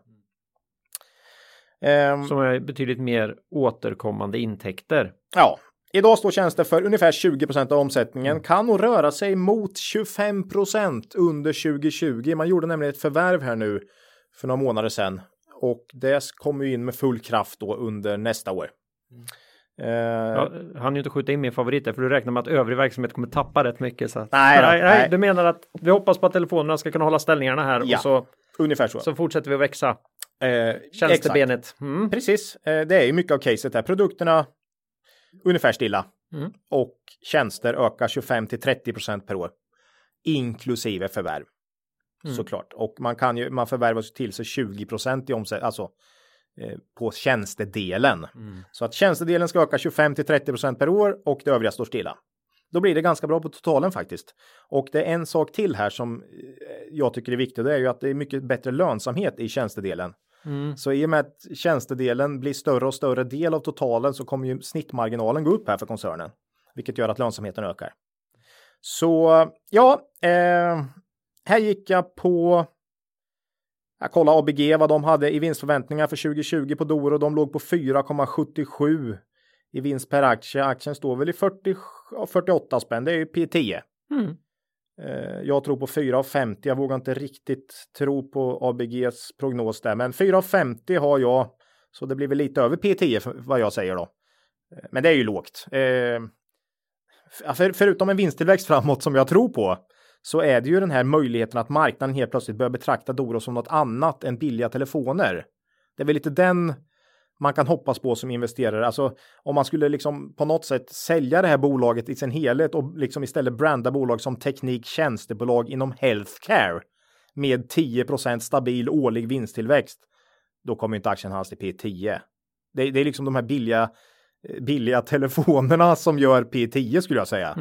Som är betydligt mer återkommande intäkter. Ja, idag står tjänster för ungefär 20% av omsättningen. Kan nog röra sig mot 25% under 2020. Man gjorde nämligen ett förvärv här nu för några månader sedan. Och det kommer ju in med full kraft då under nästa år. Han ju inte skjuta in min favorit där, för du räknar med att övrig verksamhet kommer tappa rätt mycket. Så. Nej. Du menar att vi hoppas på att telefonerna ska kunna hålla ställningarna här. Ja, och så, ungefär så. Så fortsätter vi att växa. Tjänstebenet. Precis, det är ju mycket av caset här. Produkterna ungefär stilla. Och tjänster ökar 25-30% per år. Inklusive förvärv. Såklart. Och man förvärvar till sig 20% i omsättning. Alltså på tjänstedelen. Så att tjänstedelen ska öka 25-30% per år och det övriga står stilla. Då blir det ganska bra på totalen faktiskt. Och det är en sak till här som jag tycker är viktig. Det är ju att det är mycket bättre lönsamhet i tjänstedelen. Så i och med att tjänstedelen blir större och större del av totalen så kommer ju snittmarginalen gå upp här för koncernen. Vilket gör att lönsamheten ökar. Så ja, här gick jag kollade ABG vad de hade i vinstförväntningar för 2020 på Doro. De låg på 4,77 i vinst per aktie. Aktien står väl i 48 spänn. Det är ju P10. Jag tror på 4,50. Jag vågar inte riktigt tro på ABGs prognos där. Men 4,50 har jag. Så det blir väl lite över P10 vad jag säger då. Men det är ju lågt. Förutom en vinsttillväxt framåt som jag tror på. Så är det ju den här möjligheten att marknaden helt plötsligt börjar betrakta Doro som något annat än billiga telefoner. Det är väl lite den man kan hoppas på som investerare. Alltså om man skulle liksom på något sätt sälja det här bolaget i sin helhet och liksom istället branda bolag som tekniktjänstebolag inom healthcare med 10% stabil årlig vinsttillväxt. Då kommer inte aktien hans till P10. Det är liksom de här billiga telefonerna som gör P10 skulle jag säga.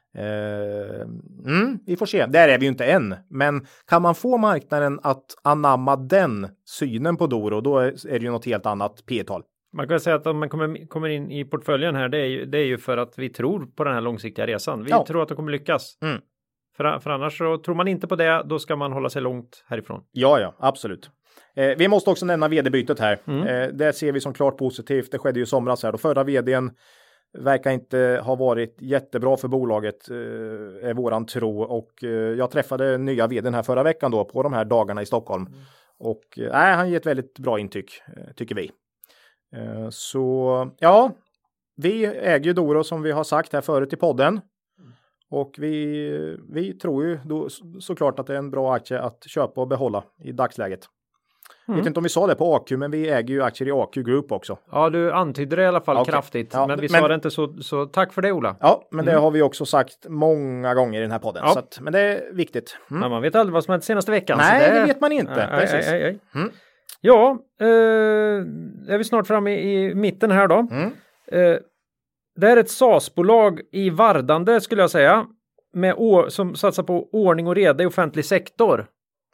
Vi får se. Där är vi ju inte än. Men kan man få marknaden att anamma den synen på Doro, då är det ju något helt annat P-tal. Man kan säga att om man kommer in i portföljen här, det är ju för att vi tror på den här långsiktiga resan. Vi tror att det kommer lyckas. För annars så tror man inte på det, då ska man hålla sig långt härifrån. Ja, absolut. Vi måste också nämna vd-bytet här. Det ser vi som klart positivt. Det skedde ju somras här. Då förra vdn verkar inte ha varit jättebra för bolaget är våran tro. Och jag träffade nya vdn här förra veckan då på de här dagarna i Stockholm. Och han ger ett väldigt bra intryck, tycker vi. Så ja, vi äger ju Doro som vi har sagt här förut i podden. Och vi tror ju då såklart att det är en bra aktie att köpa och behålla i dagsläget. Jag vet inte om vi sa det på AQ, men vi äger ju aktier i AQ Group också. Ja, du antydde det i alla fall kraftigt. Ja, men sa det inte så tack för det, Ola. Ja, men det har vi också sagt många gånger i den här podden. Så att, men det är viktigt. Men man vet aldrig vad som hänt senaste veckan. Nej, det vet man inte. Precis. Ja, är vi snart framme i mitten här då. Det är ett SAS-bolag i vardande skulle jag säga. Som satsar på ordning och reda i offentlig sektor.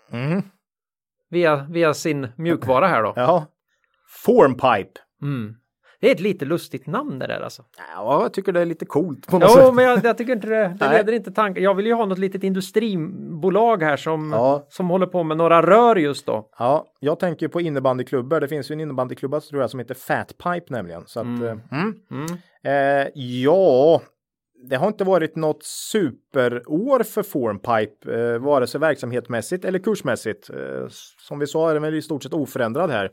Via sin mjukvara här då. Ja. Formpipe. Det är ett lite lustigt namn det där alltså. Ja, jag tycker det är lite coolt på något sätt. Jo, men jag tycker inte det leder inte tanken. Jag vill ju ha något litet industribolag här som håller på med några rör just då. Ja, jag tänker på innebandyklubbar. Det finns ju en innebandyklubba tror jag som heter Fatpipe nämligen. Så att, ja, det har inte varit något superår för Formpipe, vare sig verksamhetsmässigt eller kursmässigt. Som vi sa är den väl i stort sett oförändrad här.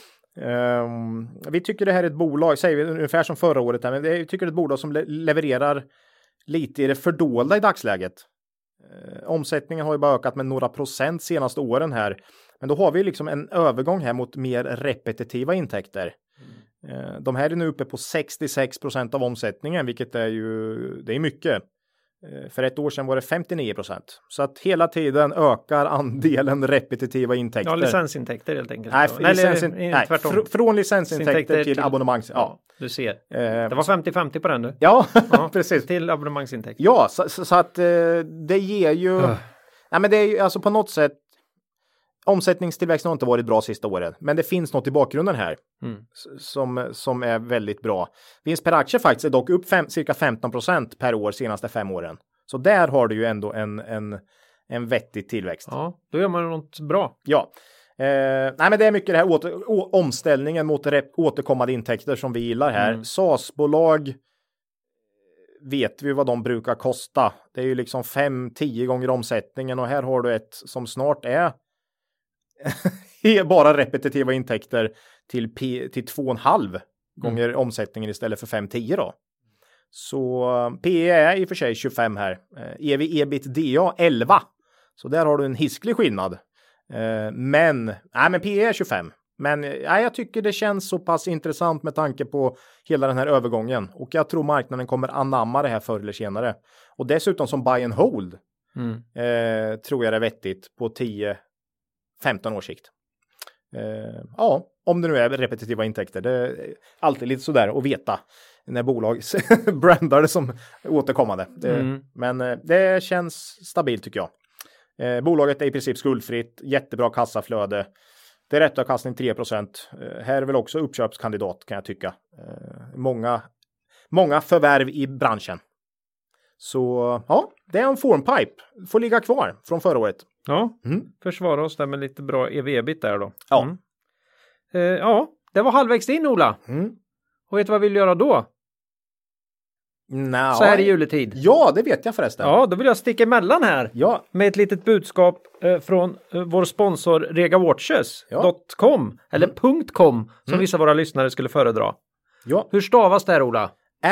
Vi tycker det här är ett bolag, säger vi ungefär som förra året här, men vi tycker det är ett bolag som levererar lite i det fördolda i dagsläget. Omsättningen har ju bara ökat med några procent senaste åren här. Men då har vi liksom en övergång här mot mer repetitiva intäkter. De här är nu uppe på 66% av omsättningen, vilket är ju det är mycket. För ett år sedan var det 59%. Så att hela tiden ökar andelen repetitiva intäkter. Ja, licensintäkter helt enkelt. Nej, från licensintäkter till abonnemangs. Ja, du ser. Det var 50-50 på den nu. Ja, precis. Till abonnemangsintäkter. Ja, så att det ger ju... Nej, men det är ju alltså på något sätt... Omsättningstillväxten har inte varit bra sista åren. Men det finns något i bakgrunden här som är väldigt bra. Vinst per aktie faktiskt är dock upp cirka 15% per år senaste 5 åren. Så där har du ju ändå en vettig tillväxt. Ja, då gör man något bra. Ja. Nej, men det är mycket det här omställningen mot återkommande intäkter som vi gillar här. SAS-bolag vet vi vad de brukar kosta. Det är ju liksom 5-10 gånger omsättningen och här har du ett som snart är bara repetitiva intäkter till 2,5 gånger omsättningen istället för 5-10 då. Så PE är i och för sig 25 här. EV/EBITDA 11. Så där har du en hisklig skillnad. Men PE är 25. Men jag tycker det känns så pass intressant med tanke på hela den här övergången. Och jag tror marknaden kommer anamma det här förr eller senare. Och dessutom som buy and hold tror jag det är vettigt på 10-15 års sikt. Ja, om det nu är repetitiva intäkter. Det är alltid lite sådär att veta när bolag brandar det som återkommande. Men det känns stabilt tycker jag. Bolaget är i princip skuldfritt, jättebra kassaflöde Det är rättavkastning 3%. Här är väl också uppköpskandidat kan jag tycka. Många förvärv i branschen. Så ja, det är en Formpipe. Får ligga kvar från förra året. Ja, försvara oss där med lite bra EV-bit där då. Ja. Ja, det var halvvägs in Ola. Och vet du vad vi vill göra då? Så här i juletid. Ja, det vet jag förresten. Ja, då vill jag sticka emellan här. Ja. Med ett litet budskap från vår sponsor regawatches.com eller .com som vissa av våra lyssnare skulle föredra. Ja. Hur stavas det här Ola?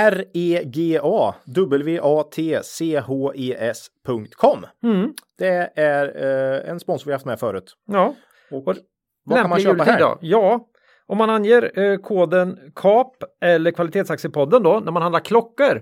REGAWATCHES.com. Det är en sponsor vi haft med förut. Ja. Och vad kan man köpa här? Då? Ja, om man anger koden KAP eller kvalitetsaktiepodden då när man handlar klockor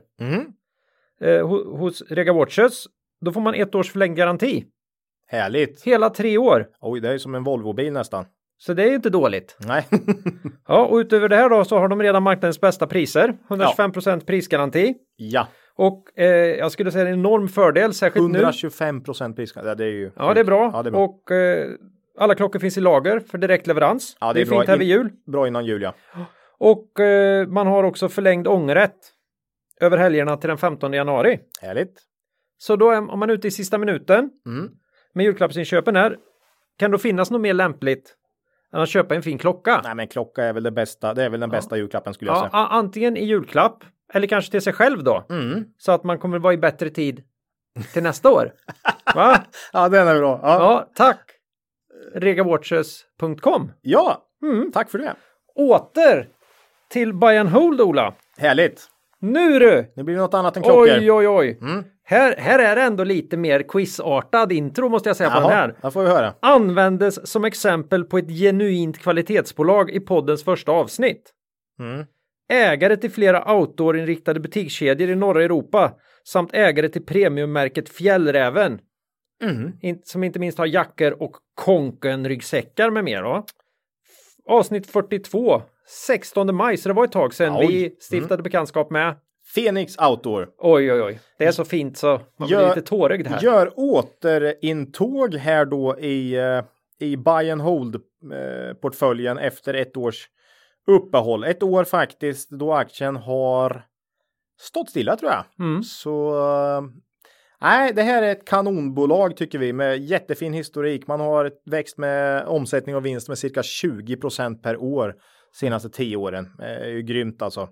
hos Regawatches, då får man 1 års förlängd garanti. Härligt. Hela 3 år. Oj, det är som en Volvo-bil nästan. Så det är inte dåligt. Nej. Ja, och utöver det här då så har de redan marknadens bästa priser. 125% prisgaranti. Ja. Och jag skulle säga en enorm fördel, särskilt 125% prisgaranti. Ja, det är ju... Ja, det är bra. Ja, det är bra. Och alla klockor finns i lager för direkt leverans. Ja, det är fint här vid jul. Bra innan jul, ja. Och man har också förlängd ångerrätt över helgerna till den 15 januari. Härligt. Så då om man är ute i sista minuten med julklappsinköpen här, kan då finnas något mer lämpligt än att köpa en fin klocka? Nej, men klocka är väl det bästa. Det är väl den bästa julklappen skulle jag säga. Antingen i julklapp eller kanske till sig själv då. Så att man kommer vara i bättre tid till nästa år. Va? Ja, den är bra. Ja, tack. Regawatches.com. Ja, tack för det. Åter till Buy and Hold, Ola. Härligt. Nu du! Nu blir det något annat än klockor. Oj. Här är det ändå lite mer quizartad intro måste jag säga på den här. Det får vi höra. Användes som exempel på ett genuint kvalitetsbolag i poddens första avsnitt. Ägare till flera outdoorinriktade butikskedjor i norra Europa samt ägare till premiummärket Fjällräven. Som inte minst har jackor och Konken-ryggsäckar med mer. Då. Avsnitt 42, 16 maj, så det var ett tag sedan vi stiftade bekantskap med Fenix Outdoor. Oj. Det är så fint så man blir lite tårögd här. Gör återintåg här då i Buy and Hold-portföljen efter 1 års uppehåll. 1 år faktiskt då aktien har stått stilla tror jag. Så nej, det här är ett kanonbolag tycker vi med jättefin historik. Man har växt med omsättning och vinst med cirka 20% per år senaste 10 åren. Det är ju grymt alltså.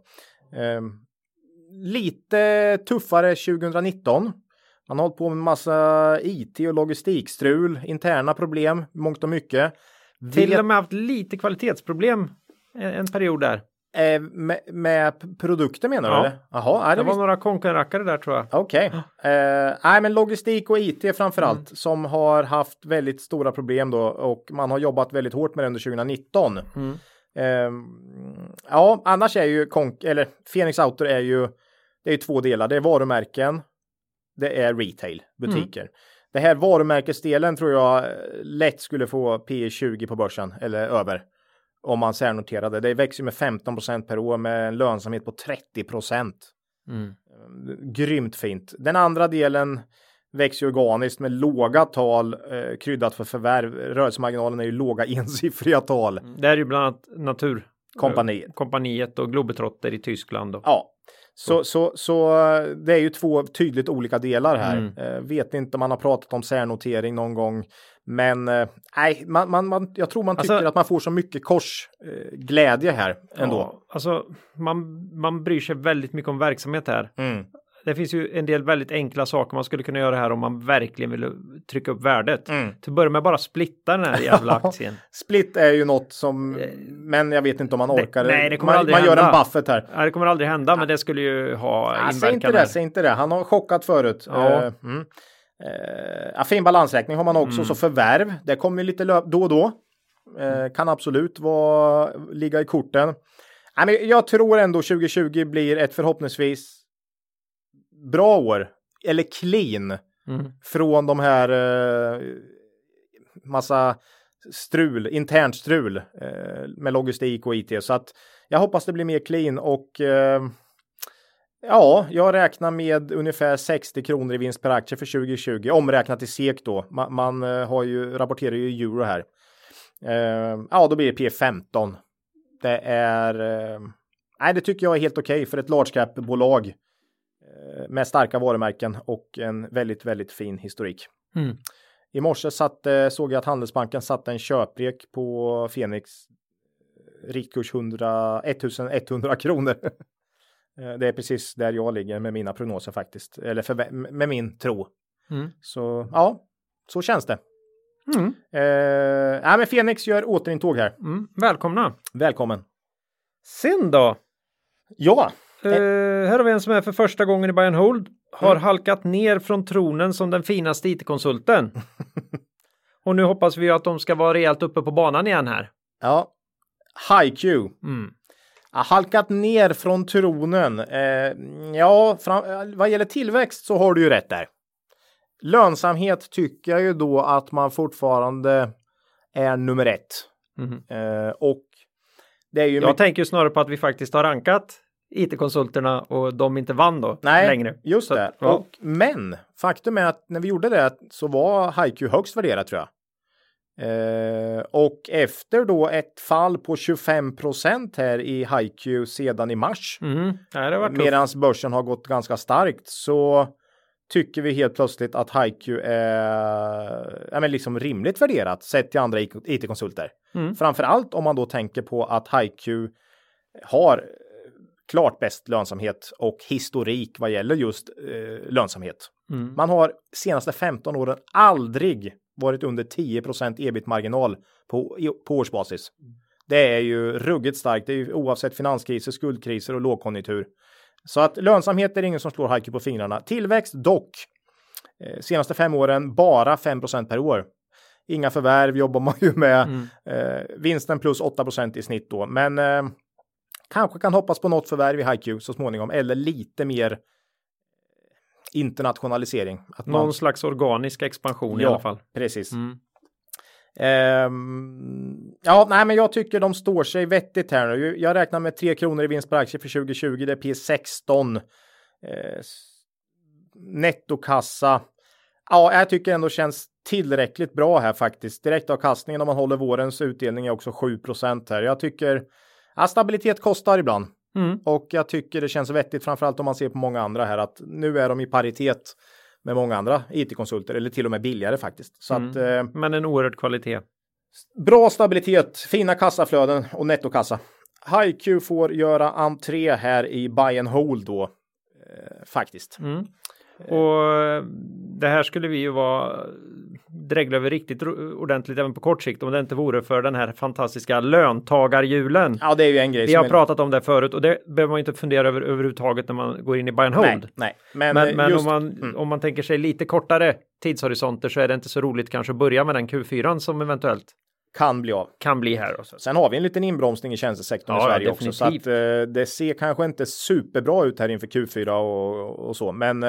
Lite tuffare 2019. Man har hållit på med massa IT och logistikstrul, interna problem, mångt och mycket. Till och med haft lite kvalitetsproblem en period där. Med produkter menar du? Eller? Jaha, det var några konkurrackare där tror jag. Okej. Nej, men logistik och IT framförallt som har haft väldigt stora problem då och man har jobbat väldigt hårt med det under 2019. Annars är ju Fenix Outdoor är ju 2 delar. Det är varumärken, det är retail, butiker. Det här varumärkesdelen tror jag lätt skulle få P/20 på börsen eller över. Om man särnoterade. Det växer med 15% per år med en lönsamhet på 30%. Grymt fint. Den andra delen växer organiskt med låga tal kryddat för förvärv. Rörelsemarginalen är ju låga ensiffriga tal. Det är ju bland annat Naturkompaniet och Globetrotter i Tyskland. Ja. Så det är ju 2 tydligt olika delar här. Vet inte om man har pratat om särnotering någon gång. Men nej, jag tror man tycker att man får så mycket korsglädje här ändå. Ja, alltså man bryr sig väldigt mycket om verksamhet här. Det finns ju en del väldigt enkla saker man skulle kunna göra här om man verkligen vill trycka upp värdet. Till att börja med bara splitta den här jävla aktien. Split är ju något som, men jag vet inte om man orkar. Nej, det kommer aldrig hända. Man gör en buffet här. Nej, det kommer aldrig hända, men det skulle ju ha inverkan. Säg inte det. Han har chockat förut. Ja. Fin balansräkning har man också, så förvärv. Det kommer lite då och då. Kan absolut ligga i korten. Men jag tror ändå 2020 blir ett förhoppningsvis bra år. Eller clean. Från de här massa internt strul med logistik och IT. Så att jag hoppas det blir mer clean och jag räknar med ungefär 60 kronor i vinst per aktie för 2020. Omräknat i SEK då. Man rapporterar ju euro här. Ja, då blir det P15. Det är... Nej, det tycker jag är helt okej för ett large cap-bolag med starka varumärken och en väldigt, väldigt fin historik. I morse såg jag att Handelsbanken satte en köprek på Fenix. Riktkurs 1100 kronor. Det är precis där jag ligger med mina prognoser faktiskt. Eller med min tro. Så ja, så känns det. Men Fenix gör återintåg här. Välkomna. Välkommen. Sen då? Ja. Här har vi en som är för första gången i buy and hold. Har halkat ner från tronen som den finaste IT-konsulten. Och nu hoppas vi att de ska vara rejält uppe på banan igen här. Ja. HiQ. Halkat ner från tronen. Vad gäller tillväxt så har du ju rätt där. Lönsamhet tycker jag ju då att man fortfarande är nummer 1. Och det är ju... Jag tänker snarare på att vi faktiskt har rankat IT-konsulterna och de inte vann då längre. Just så, det. Ja. Men faktum är att när vi gjorde det så var HiQ högst värderat tror jag. Och efter då ett fall på 25% här i HiQ sedan i mars. Medan börsen har gått ganska starkt så tycker vi helt plötsligt att HiQ är liksom rimligt värderat sett till andra IT-konsulter. Framförallt om man då tänker på att HiQ har klart bäst lönsamhet och historik vad gäller just lönsamhet. Man har senaste 15 åren aldrig varit under 10% ebit-marginal på årsbasis. Det är ju ruggigt starkt. Det är ju oavsett finanskriser, skuldkriser och lågkonjunktur. Så att lönsamhet är ingen som slår HiQ på fingrarna. Tillväxt dock. Senaste 5 åren bara 5% per år. Inga förvärv jobbar man ju med. Vinsten plus 8% i snitt då. Men kanske kan hoppas på något förvärv i HiQ så småningom. Eller lite mer internationalisering. Att någon slags organisk expansion i alla fall. Precis. Men jag tycker de står sig vettigt här nu. Jag räknar med 3 kronor i vinst per aktie för 2020. Det är P16. Nettokassa. Ja, jag tycker ändå känns tillräckligt bra här faktiskt. Direktavkastningen om man håller vårens utdelning är också 7% här. Jag tycker stabilitet kostar ibland. Och jag tycker det känns vettigt framförallt om man ser på många andra här att nu är de i paritet med många andra IT-konsulter eller till och med billigare faktiskt. Så att, men en oerhörd kvalitet. Bra stabilitet, fina kassaflöden och nettokassa. HiQ får göra entré här i buy and hold då faktiskt. Och det här skulle vi ju vara drägla över riktigt ordentligt även på kort sikt om det inte vore för den här fantastiska löntagarhjulen. Ja, det är ju en grej. Vi har pratat om det förut och det behöver man inte fundera över överhuvudtaget när man går in i buy and hold. Nej. Men just, om man tänker sig lite kortare tidshorisonter så är det inte så roligt kanske att börja med den Q4 som eventuellt kan bli här. Också. Sen har vi en liten inbromsning i tjänstesektorn i Sverige också. Så att det ser kanske inte superbra ut här inför Q4 och så. Men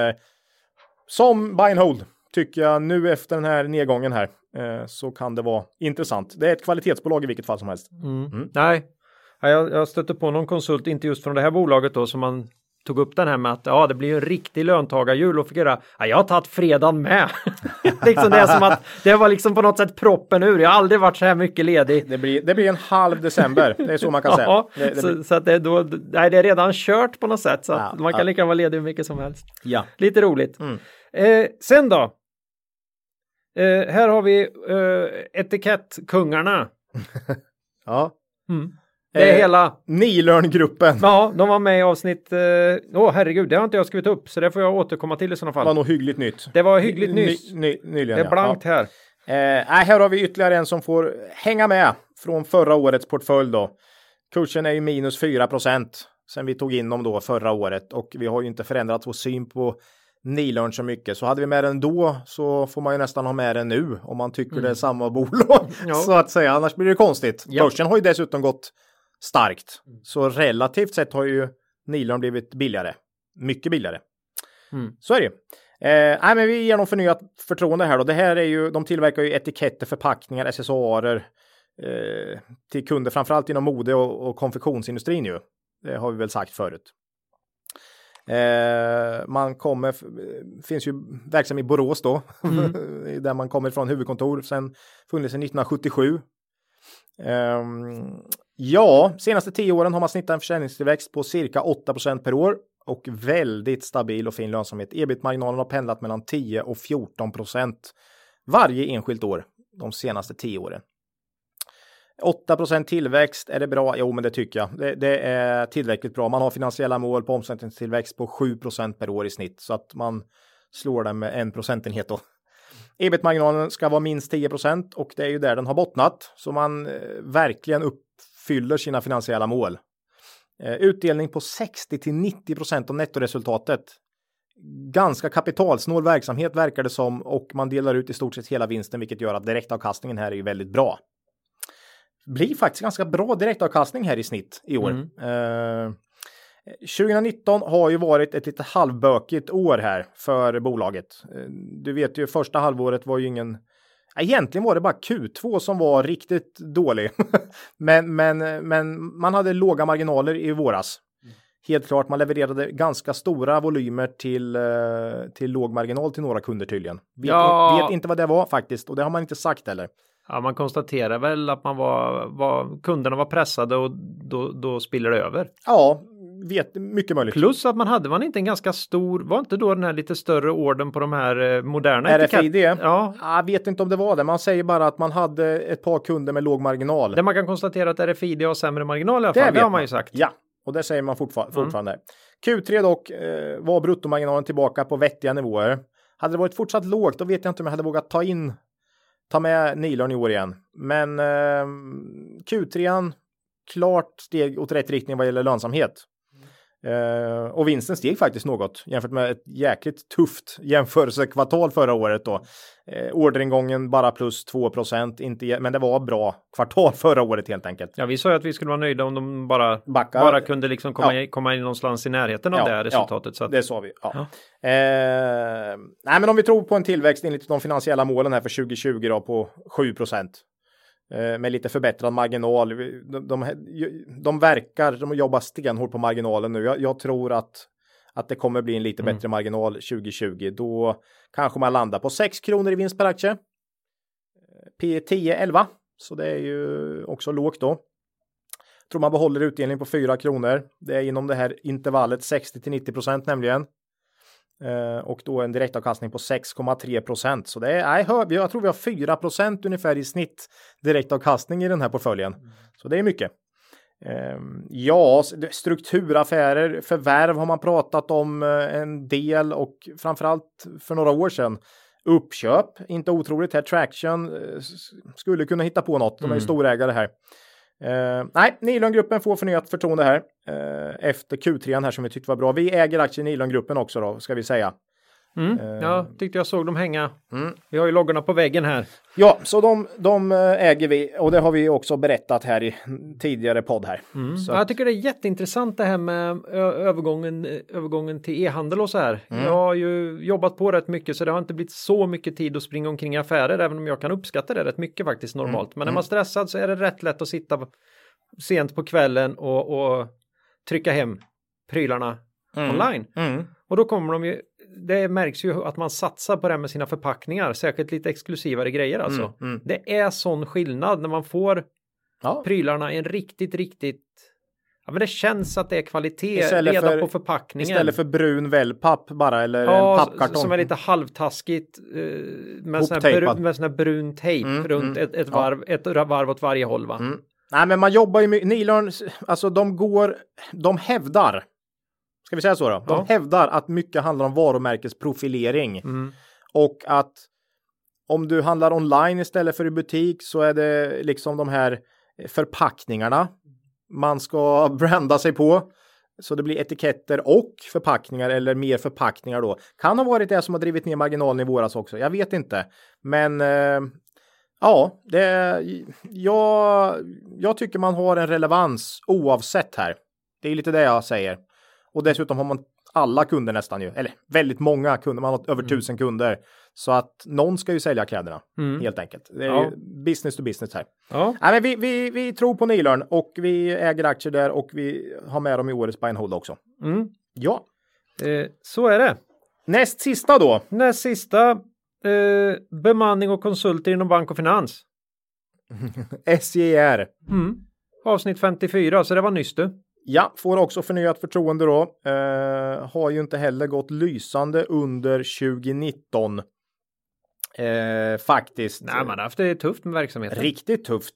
som buy and hold tycker jag nu efter den här nedgången här så kan det vara intressant. Det är ett kvalitetsbolag i vilket fall som helst. Nej, jag stötte på någon konsult, inte just från det här bolaget då, som man tog upp den här med att det blir en riktig löntagarjul och fick göra, jag har tagit fredagen med. Liksom det är som att det var liksom på något sätt proppen ur. Jag har aldrig varit så här mycket ledig. Det blir en halv december, det är så man kan säga. Så att det är redan kört på något sätt så att man kan lika vara ledig hur mycket som helst. Ja. Lite roligt. Sen då? Här har vi etikettkungarna. Ja. Det är hela Nilörn-gruppen. Ja, de var med i avsnitt herregud, det har inte jag skrivit upp så det får jag återkomma till i sådana fall. Det var nog hyggligt nytt. Det var hyggligt nyss. Nyligen, det är blankt här. Här har vi ytterligare en som får hänga med från förra årets portfölj då. Kursen är ju minus 4% sen vi tog in dem då förra året och vi har ju inte förändrat vår syn på Nilörn så mycket. Så hade vi med den då så får man ju nästan ha med den nu om man tycker det är samma bolag så att säga. Annars blir det konstigt. Börsen har ju dessutom gått starkt. Så relativt sett har ju Nilörn blivit billigare. Mycket billigare. Så är det ju. Men vi ger dem förnyat förtroende här då. Det här är ju, de tillverkar ju etiketter, förpackningar, accessoarer till kunder framförallt inom mode och konfektionsindustrin ju. Det har vi väl sagt förut. Finns ju verksam i Borås då. Där man kommer från huvudkontor. Sen funnits sedan 1977. Ja, senaste 10 åren har man snittat en försäljningstillväxt på cirka 8% per år och väldigt stabil och fin lönsamhet. EBIT-marginalen har pendlat mellan 10 och 14% varje enskilt år de senaste 10 åren. 8% tillväxt, är det bra? Jo, men det tycker jag. Det är tillräckligt bra. Man har finansiella mål på omsättningstillväxt på 7% per år i snitt, så att man slår den med 1 procentenhet då. EBIT-marginalen ska vara minst 10% och det är ju där den har bottnat, så man verkligen uppfyller sina finansiella mål. Utdelning på 60-90% av nettoresultatet. Ganska kapitalsnål verksamhet verkar det som, och man delar ut i stort sett hela vinsten, vilket gör att direktavkastningen här är ju väldigt bra. Blir faktiskt ganska bra direktavkastning här i snitt i år. 2019 har ju varit ett lite halvbökigt år här för bolaget. Du vet ju, första halvåret var ju ingen... Egentligen var det bara Q2 som var riktigt dålig. men man hade låga marginaler i våras. Helt klart, man levererade ganska stora volymer till låg marginal till några kunder tydligen. Vet inte vad det var faktiskt, och det har man inte sagt heller. Ja, man konstaterar väl att man kunderna var pressade och då spiller det över. Ja, mycket möjligt. Plus att man inte en ganska stor, var inte då den här lite större orden på de här moderna RFID? Ja. Jag vet inte om det var det. Man säger bara att man hade ett par kunder med låg marginal. Där man kan konstatera att RFID har sämre marginal i alla fall. Det har man ju sagt. Ja, och det säger man fortfarande. Q3 dock var bruttomarginalen tillbaka på vettiga nivåer. Hade det varit fortsatt lågt, då vet jag inte om jag hade vågat ta med Nilörn i år igen. Men Q3 klart steg åt rätt riktning vad gäller lönsamhet. Och vinsten steg faktiskt något jämfört med ett jäkligt tufft jämförelsekvartal förra året då. Orderingången bara plus 2%, men det var bra kvartal förra året helt enkelt. Ja, vi sa ju att vi skulle vara nöjda om de bara kunde liksom komma in någonstans i närheten av det här resultatet. Så att... det sa vi. Ja. Nej, men om vi tror på en tillväxt enligt de finansiella målen här för 2020 då på 7%. Med lite förbättrad marginal. De jobbar stenhårt på marginalen nu. Jag tror att det kommer bli en lite bättre marginal 2020. Då kanske man landar på 6 kronor i vinst per aktie. P10-11. Så det är ju också lågt då. Tror man behåller utdelning på 4 kronor. Det är inom det här intervallet 60-90% nämligen. Och då en direktavkastning på 6,3%. Så det är, jag tror vi har 4% ungefär i snitt direktavkastning i den här portföljen. Så det är mycket. Strukturaffärer, förvärv har man pratat om en del, och framförallt för några år sedan. Uppköp, inte otroligt här. Traction skulle kunna hitta på något. De är storägare här. Nej, Nilörngruppen får förnyat förtroende här efter Q3 här som vi tyckte var bra. Vi äger aktier i Nilörngruppen också då, ska vi säga. Ja, tyckte jag såg dem hänga. Vi har ju loggorna på väggen här. Ja, så de äger vi, och det har vi också berättat här i tidigare podd här. Så jag tycker det är jätteintressant det här med övergången till e-handel och så här. Jag har ju jobbat på rätt mycket, så det har inte blivit så mycket tid att springa omkring i affärer, även om jag kan uppskatta det rätt mycket faktiskt normalt. Men när man är stressad så är det rätt lätt att sitta sent på kvällen och trycka hem prylarna online. Och då kommer de ju, det märks ju att man satsar på det med sina förpackningar, särskilt lite exklusivare grejer alltså. Det är sån skillnad när man får prylarna i en riktigt, ja, men det känns att det är kvalitet redan på förpackningen. Istället för brun wellpapp bara, eller en pappkartong. Som är lite halvtaskigt med sån här brun tejp runt ett varv åt varje håll va. Nej, men man jobbar ju med Nilörn, alltså de hävdar, ska vi säga så då? De hävdar att mycket handlar om varumärkesprofilering. Och att om du handlar online istället för i butik, så är det liksom de här förpackningarna man ska branda sig på. Så det blir etiketter och förpackningar, eller mer förpackningar då. Kan ha varit det som har drivit ner marginalen i våras också. Jag vet inte. Men jag tycker man har en relevans oavsett här. Det är lite det jag säger. Och dessutom har man alla kunder nästan ju. Eller väldigt många kunder. Man har över 1000 kunder. Så att någon ska ju sälja kläderna. Helt enkelt. Det är ju business to business här. Nej, men vi tror på Nilörn. Och vi äger aktier där. Och vi har med dem i årets buy and hold också. Ja. Så är det. Näst sista då. Bemanning och konsulter inom bank och finans. SJR. Avsnitt 54, så det var nyss du. Ja, får också förnyat förtroende då. Har ju inte heller gått lysande under 2019. Faktiskt. Nej, man har haft det tufft med verksamheten. Riktigt tufft.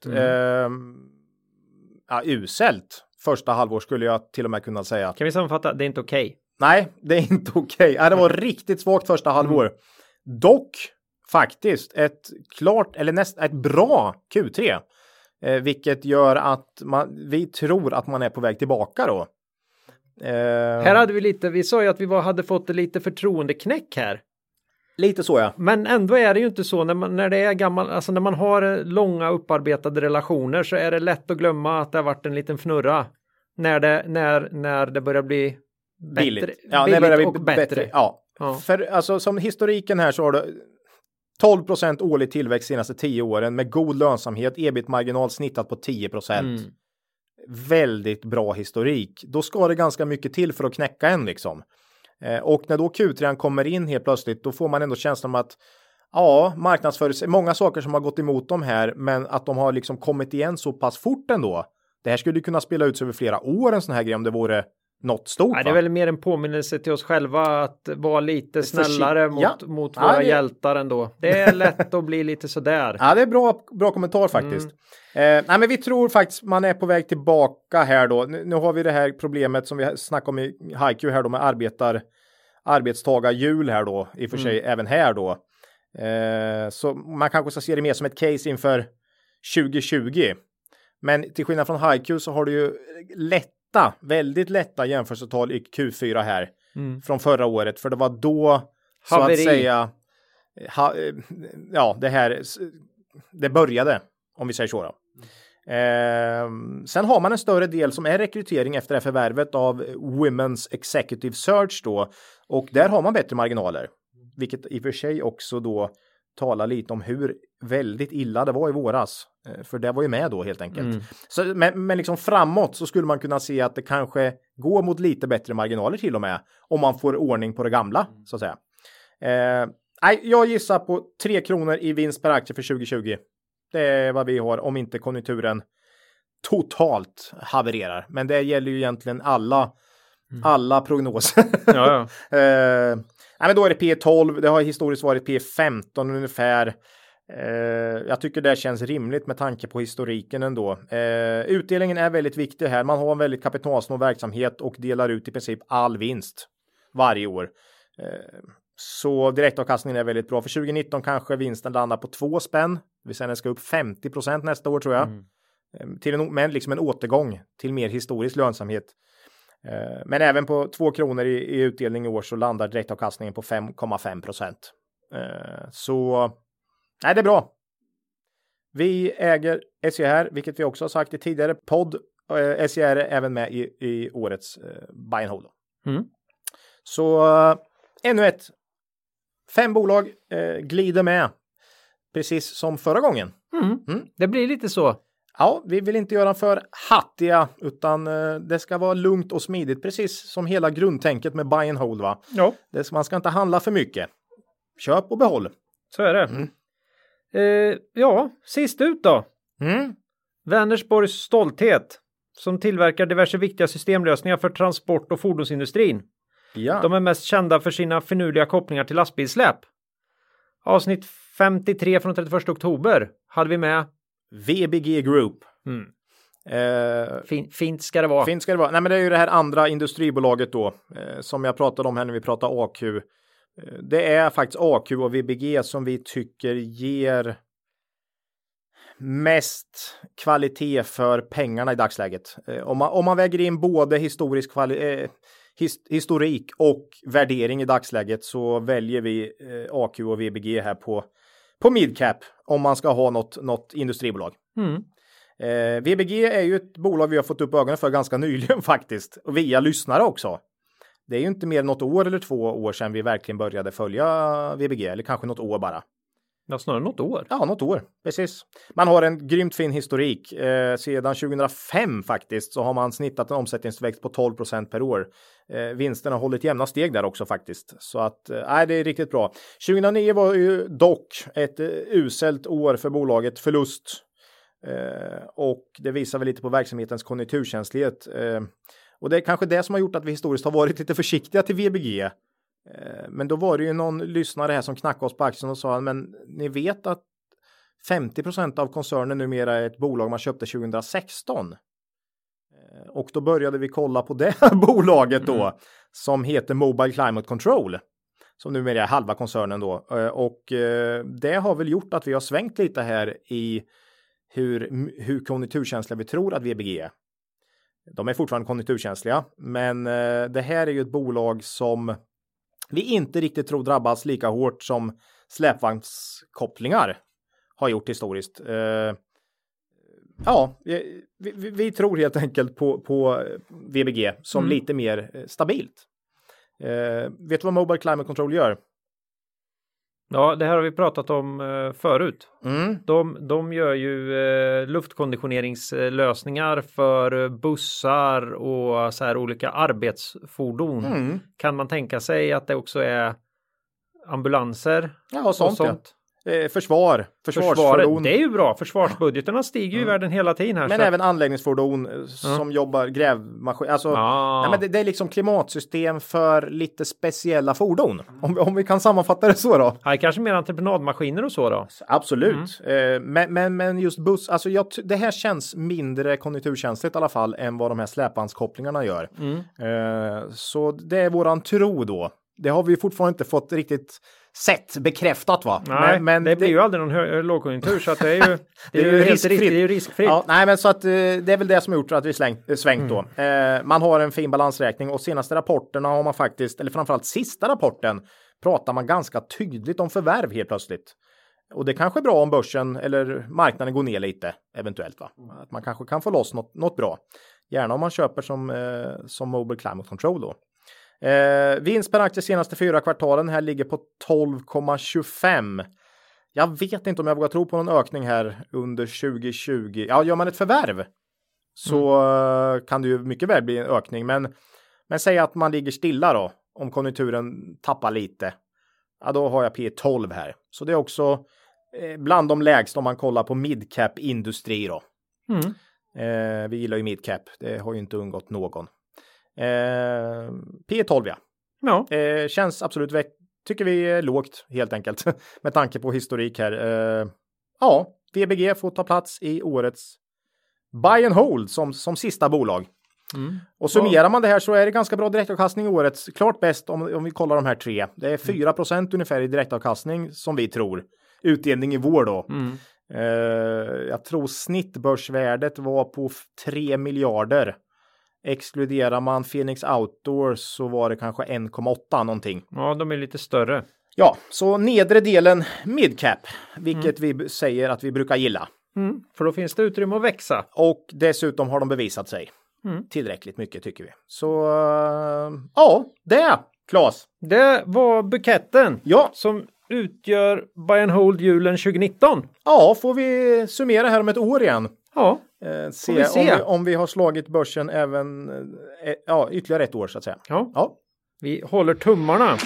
Uselt. Första halvår skulle jag till och med kunna säga. Kan vi sammanfatta? Det är inte okej. Nej, det är inte okej. Det var riktigt svagt första halvår. Dock faktiskt ett bra Q3. Vilket gör att vi tror att man är på väg tillbaka då. Här hade vi sa ju att vi hade fått lite förtroendeknäck här. Lite så ja. Men ändå är det ju inte så när det är gammal, alltså när man har långa upparbetade relationer så är det lätt att glömma att det har varit en liten fnurra. När det börjar bli billigt. Ja, billigt när det börjar bli bättre. Ja. För alltså som historiken här så har det 12% årlig tillväxt senaste 10 åren med god lönsamhet, ebit-marginal snittat på 10%. Väldigt bra historik. Då ska det ganska mycket till för att knäcka en liksom. Och när då Q3 kommer in helt plötsligt, då får man ändå känslan om att många saker som har gått emot dem här, men att de har liksom kommit igen så pass fort ändå. Det här skulle kunna spela ut sig över flera år, en sån här grej, om det vore något stort. Nej, det är väl mer en påminnelse till oss själva att vara lite snällare mot våra hjältar ändå. Det är lätt att bli lite sådär. Ja, det är bra kommentar faktiskt. Nej, men vi tror faktiskt man är på väg tillbaka här då. Nu har vi det här problemet som vi snackade om i Haiku här då med arbetstagarhjul här då. I och för sig även här då. Så man kanske ska se det mer som ett case inför 2020. Men till skillnad från Haiku så har du ju väldigt lätta jämförelsetal i Q4 här från förra året. För det var då så att säga det började, om vi säger så då. Sen har man en större del som är rekrytering efter det förvärvet av Women's Executive Search då. Och där har man bättre marginaler. Vilket i och för sig också då talar lite om hur väldigt illa det var i våras. För det var ju med då helt enkelt. Så, men liksom framåt så skulle man kunna se att det kanske går mot lite bättre marginaler till och med. Om man får ordning på det gamla så att säga. Jag gissar på 3 kronor i vinst per aktie för 2020. Det är vad vi har om inte konjunkturen totalt havererar. Men det gäller ju egentligen alla prognoser. Ja. Men då är det P12. Det har historiskt varit P15 ungefär. Jag tycker det känns rimligt med tanke på historiken ändå. Utdelningen är väldigt viktig här. Man har en väldigt kapitalsnål verksamhet och delar ut i princip all vinst varje år. Så direktavkastningen är väldigt bra. För 2019 kanske vinsten landar på 2 spänn. Vi säger den ska upp 50% nästa år tror jag. Men liksom en återgång till mer historisk lönsamhet. Men även på 2 kronor i utdelning i år så landar direktavkastningen på 5,5%. Så nej, det är bra. Vi äger SJR, vilket vi också har sagt i tidigare podd. SJR är även med i årets buy and hold. Så ännu ett. 5 bolag glider med. Precis som förra gången. Det blir lite så. Ja, vi vill inte göra för hattiga utan det ska vara lugnt och smidigt. Precis som hela grundtänket med buy and hold va? Ja. Man ska inte handla för mycket. Köp och behåll. Så är det. Sist ut då. Vänersborgs Stolthet som tillverkar diverse viktiga systemlösningar för transport- och fordonsindustrin. Ja. De är mest kända för sina finurliga kopplingar till lastbilsläp. Avsnitt 53 från 31 oktober hade vi med VBG Group. Fint ska det vara. Fint ska det vara. Nej, men det är ju det här andra industribolaget då. Som jag pratade om här när vi pratade AQ. Det är faktiskt AQ och VBG som vi tycker ger mest kvalitet för pengarna i dagsläget. Om man väger in både historik och värdering i dagsläget så väljer vi AQ och VBG här på midcap om man ska ha något industribolag. VBG är ju ett bolag vi har fått upp ögonen för ganska nyligen faktiskt. Och via lyssnare också. Det är ju inte mer än något år eller 2 år sedan vi verkligen började följa VBG. Eller kanske något år bara. Ja, snarare något år. Ja, något år. Precis. Man har en grymt fin historik. Sedan 2005 faktiskt så har man snittat en omsättningsväxt på 12% per år. Vinsterna har hållit jämna steg där också faktiskt. Så att, det är riktigt bra. 2009 var ju dock ett uselt år för bolaget. Förlust. Och det visar väl lite på verksamhetens konjunkturkänslighet. Och det är kanske det som har gjort att vi historiskt har varit lite försiktiga till VBG. Men då var det ju någon lyssnare här som knackade oss på aktien och sa, men ni vet att 50% av koncernen numera är ett bolag man köpte 2016. Och då började vi kolla på det bolaget då som heter Mobile Climate Control. Som numera är halva koncernen då. Och det har väl gjort att vi har svängt lite här i hur konjunkturkänsliga vi tror att VBG är. De är fortfarande konjunkturkänsliga, men det här är ju ett bolag som vi inte riktigt tror drabbas lika hårt som släpvagnskopplingar har gjort historisdt. Ja, vi tror helt enkelt på VBG som lite mer stabilt. Vet du vad Mobile Climate Control gör? Ja, det här har vi pratat om förut. De gör ju luftkonditioneringslösningar för bussar och så här olika arbetsfordon. Kan man tänka sig att det också är ambulanser? Ja, sånt. Ja. Försvarsfordon. Det är ju bra. Försvarsbudgeterna stiger ju i världen hela tiden här. Men även anläggningsfordon som jobbar grävmaskin. Alltså, nej, men det är liksom klimatsystem för lite speciella fordon. Om vi kan sammanfatta det så då. Ja, kanske mer entreprenadmaskiner och så då. Absolut. Men just buss. Alltså det här känns mindre konjunkturkänsligt i alla fall än vad de här släpbandskopplingarna gör. Så det är våran tro då. Det har vi fortfarande inte fått riktigt sett bekräftat va? Nej, men det blir ju aldrig någon lågkonjunktur så att det är ju, det är ju riskfritt. Det är ju riskfritt. Ja, nej, men så att det är väl det som har gjort att vi svängt då. Man har en fin balansräkning och senaste rapporterna har man faktiskt, eller framförallt sista rapporten, pratar man ganska tydligt om förvärv helt plötsligt. Och det kanske är bra om börsen eller marknaden går ner lite eventuellt va? Att man kanske kan få loss något bra. Gärna om man köper som Mobile Climate Control då. Vinst per aktie senaste 4 kvartalen här ligger på 12,25. Jag vet inte om jag vågar tro på någon ökning här under 2020. Ja, gör man ett förvärv så kan det ju mycket väl bli en ökning. Men säg att man ligger stilla då. Om konjunkturen tappar lite. Ja, då har jag P12 här. Så det är också bland de lägsta om man kollar på midcap industri då. Vi gillar ju midcap. Det har ju inte undgått någon. P12 ja. Känns absolut tycker vi är lågt helt enkelt med tanke på historik här. Ja, VBG får ta plats i årets buy and hold som sista bolag. Och summerar man det här så är det ganska bra direktavkastning i årets. Klart bäst om vi kollar de här 3. Det är 4% ungefär i direktavkastning som vi tror. Utdelning i vår då. Jag tror snittbörsvärdet var på 3 miljarder. Exkluderar man Phoenix Outdoor så var det kanske 1,8 någonting. Ja, de är lite större. Ja, så nedre delen midcap, vilket vi säger att vi brukar gilla. För då finns det utrymme att växa. Och dessutom har de bevisat sig tillräckligt mycket tycker vi. Så ja, det Claes. Det var buketten som utgör buy and hold julen 2019. Ja, får vi summera här om ett år igen. Ja. Se om vi har slagit börsen även ytterligare ett år så att säga. Ja. Vi håller tummarna.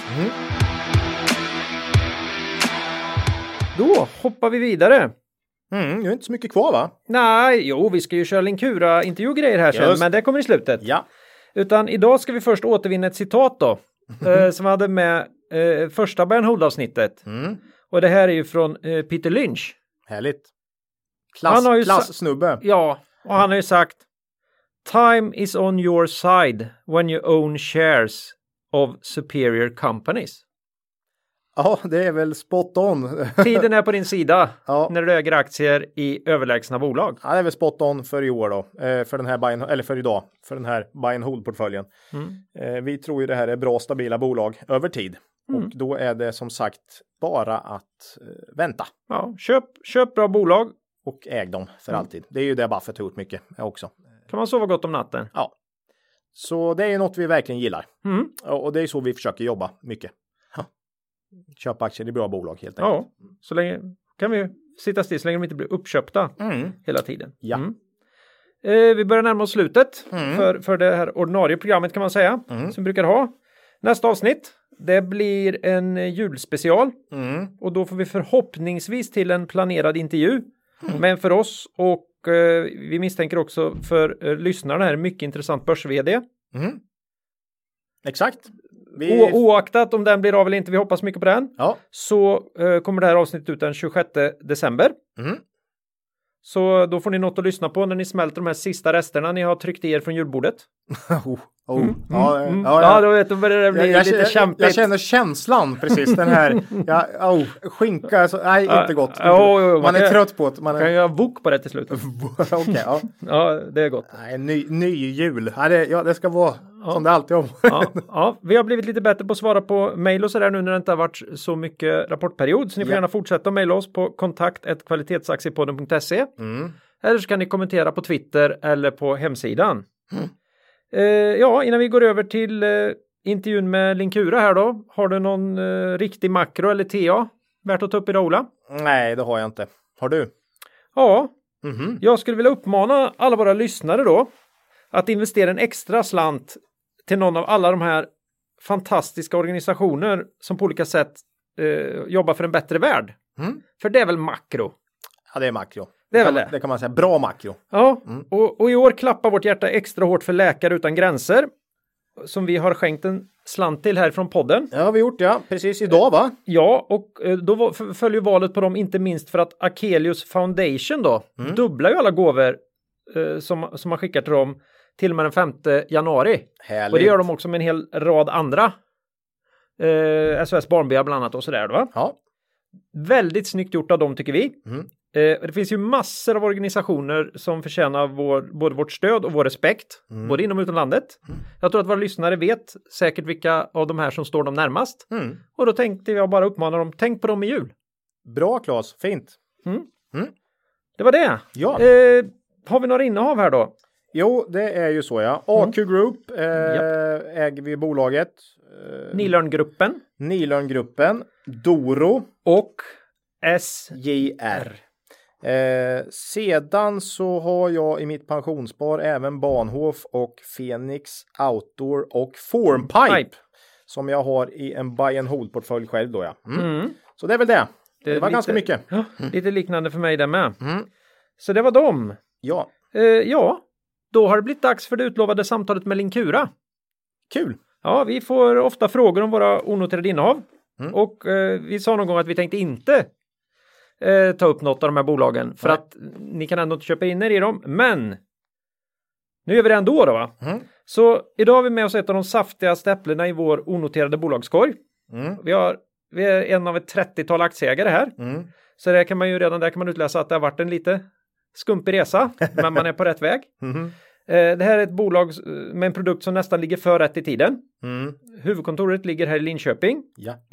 Då hoppar vi vidare. Det är inte så mycket kvar va? Nej, vi ska ju köra Linkura intervjugrejer här sen, men det kommer i slutet. Ja. Utan idag ska vi först återvinna ett citat då. Som vi hade med första buy and hold avsnittet. Och det här är ju från Peter Lynch. Härligt. Klass-snubbe. Ja, och han har ju sagt time is on your side when you own shares of superior companies. Ja, det är väl spot on. Tiden är på din sida när du äger aktier i överlägsna bolag. Ja, det är väl spot on för i år då. För den här för idag. För den här buy and hold-portföljen. Vi tror ju det här är bra, stabila bolag över tid. Och då är det som sagt bara att vänta. Ja, köp bra bolag. Och äg dem för alltid. Det är ju det Buffett har gjort mycket också. Kan man sova gott om natten? Ja. Så det är något vi verkligen gillar. Och det är så vi försöker jobba mycket. Köpa aktier i bra bolag helt enkelt. Ja, så länge kan vi sitta still så länge de inte blir uppköpta hela tiden. Ja. Vi börjar närma oss slutet för det här ordinarie programmet kan man säga. Som vi brukar ha. Nästa avsnitt, det blir en julspecial. Och då får vi förhoppningsvis till en planerad intervju. Men för oss och vi misstänker också för lyssnarna här mycket intressant börs-vd. Exakt. Oaktat om den blir av eller inte, vi hoppas mycket på den. Ja. Så kommer det här avsnittet ut den 26 december. Så då får ni något att lyssna på när ni smälter de här sista resterna ni har tryckt i er från julbordet. Ja, då vet du vad det blir lite kämpigt. Jag känner känslan precis, den här skinka, alltså, nej, inte gott. Man är trött på det. Man kan göra wok på det till slut. Okej, ja. Ja, det är gott. Nej, ny jul. Det ska vara som det alltid har varit. Vi har blivit lite bättre på att svara på mejl och sådär nu när det inte har varit så mycket rapportperiod. Så ni får gärna fortsätta att mejla oss på kontakt@kvalitetsaktiepodden.se. Eller så kan ni kommentera på Twitter eller på hemsidan. Innan vi går över till intervjun med Linkura här då. Har du någon riktig makro eller TA värt att ta upp idag, Ola? Nej, det har jag inte. Har du? Ja. Jag skulle vilja uppmana alla våra lyssnare då att investera en extra slant till någon av alla de här fantastiska organisationer som på olika sätt jobbar för en bättre värld. För det är väl makro? Ja, det är makro. Det kan man säga. Bra makro. Ja, och i år klappar vårt hjärta extra hårt för Läkare utan gränser. Som vi har skänkt en slant till här från podden. Ja, har vi gjort, precis idag, va? Ja, och då följer valet på dem inte minst för att Akelius Foundation då dubblar ju alla gåvor som man skickar till dem till och med den 5 januari. Härligt. Och det gör de också med en hel rad andra. SOS Barnbya bland annat och sådär då, va? Ja. Väldigt snyggt gjort av dem tycker vi. Det finns ju massor av organisationer som förtjänar både vårt stöd och vår respekt. Både inom och utom landet. Jag tror att våra lyssnare vet säkert vilka av de här som står dem närmast. Och då tänkte jag bara uppmana dem, tänk på dem i jul. Bra, Claes. Fint. Det var det. Ja. Har vi några innehav här då? Jo, det är ju så, ja. AQ Group äger vi bolaget. Nilörngruppen. Doro. Och SJR. Sedan så har jag i mitt pensionsspar även Bahnhof och Phoenix Outdoor och Formpipe. Som jag har i en buy and hold portfölj själv då, ja. Så det är väl det. Det var ganska mycket. Ja, lite liknande för mig där med. Så det var dem. Ja. Då har det blivit dags för det utlovade samtalet med Linkura. Kul. Ja, vi får ofta frågor om våra onoterade innehav. Och vi sa någon gång att vi tänkte inte ta upp något av de här bolagen. För att ni kan ändå inte köpa in er i dem. Men nu gör vi det ändå då, va? Så idag har vi med oss ett av de saftigaste äpplena i vår onoterade bolagskorg. Vi är en av ett 30-tal aktieägare här. Så där kan man ju redan där kan man utläsa att det har varit en lite skumpig resa. Men man är på rätt väg. Det här är ett bolag med en produkt som nästan ligger för rätt i tiden. Huvudkontoret ligger här i Linköping.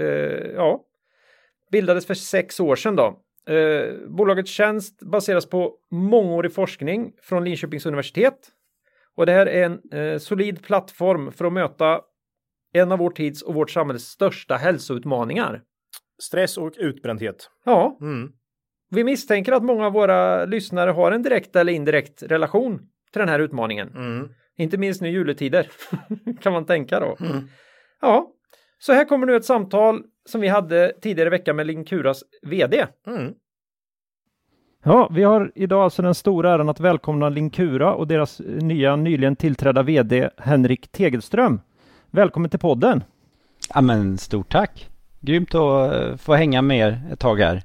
Bildades för 6 år sedan då. Bolagets tjänst baseras på mångårig forskning från Linköpings universitet. Och det här är en solid plattform för att möta en av vår tids och vårt samhälles största hälsoutmaningar. Stress och utbrändhet. Ja. Vi misstänker att många av våra lyssnare har en direkt eller indirekt relation till den här utmaningen. Inte minst nu i juletider. Kan man tänka då. Ja. Så här kommer nu ett samtal som vi hade tidigare i veckan med Linkuras vd. Ja, vi har idag alltså den stora äran att välkomna Linkura och deras nyligen tillträdda vd Henrik Tegelström. Välkommen till podden. Ja, men stort tack. Grymt att få hänga med er ett tag här.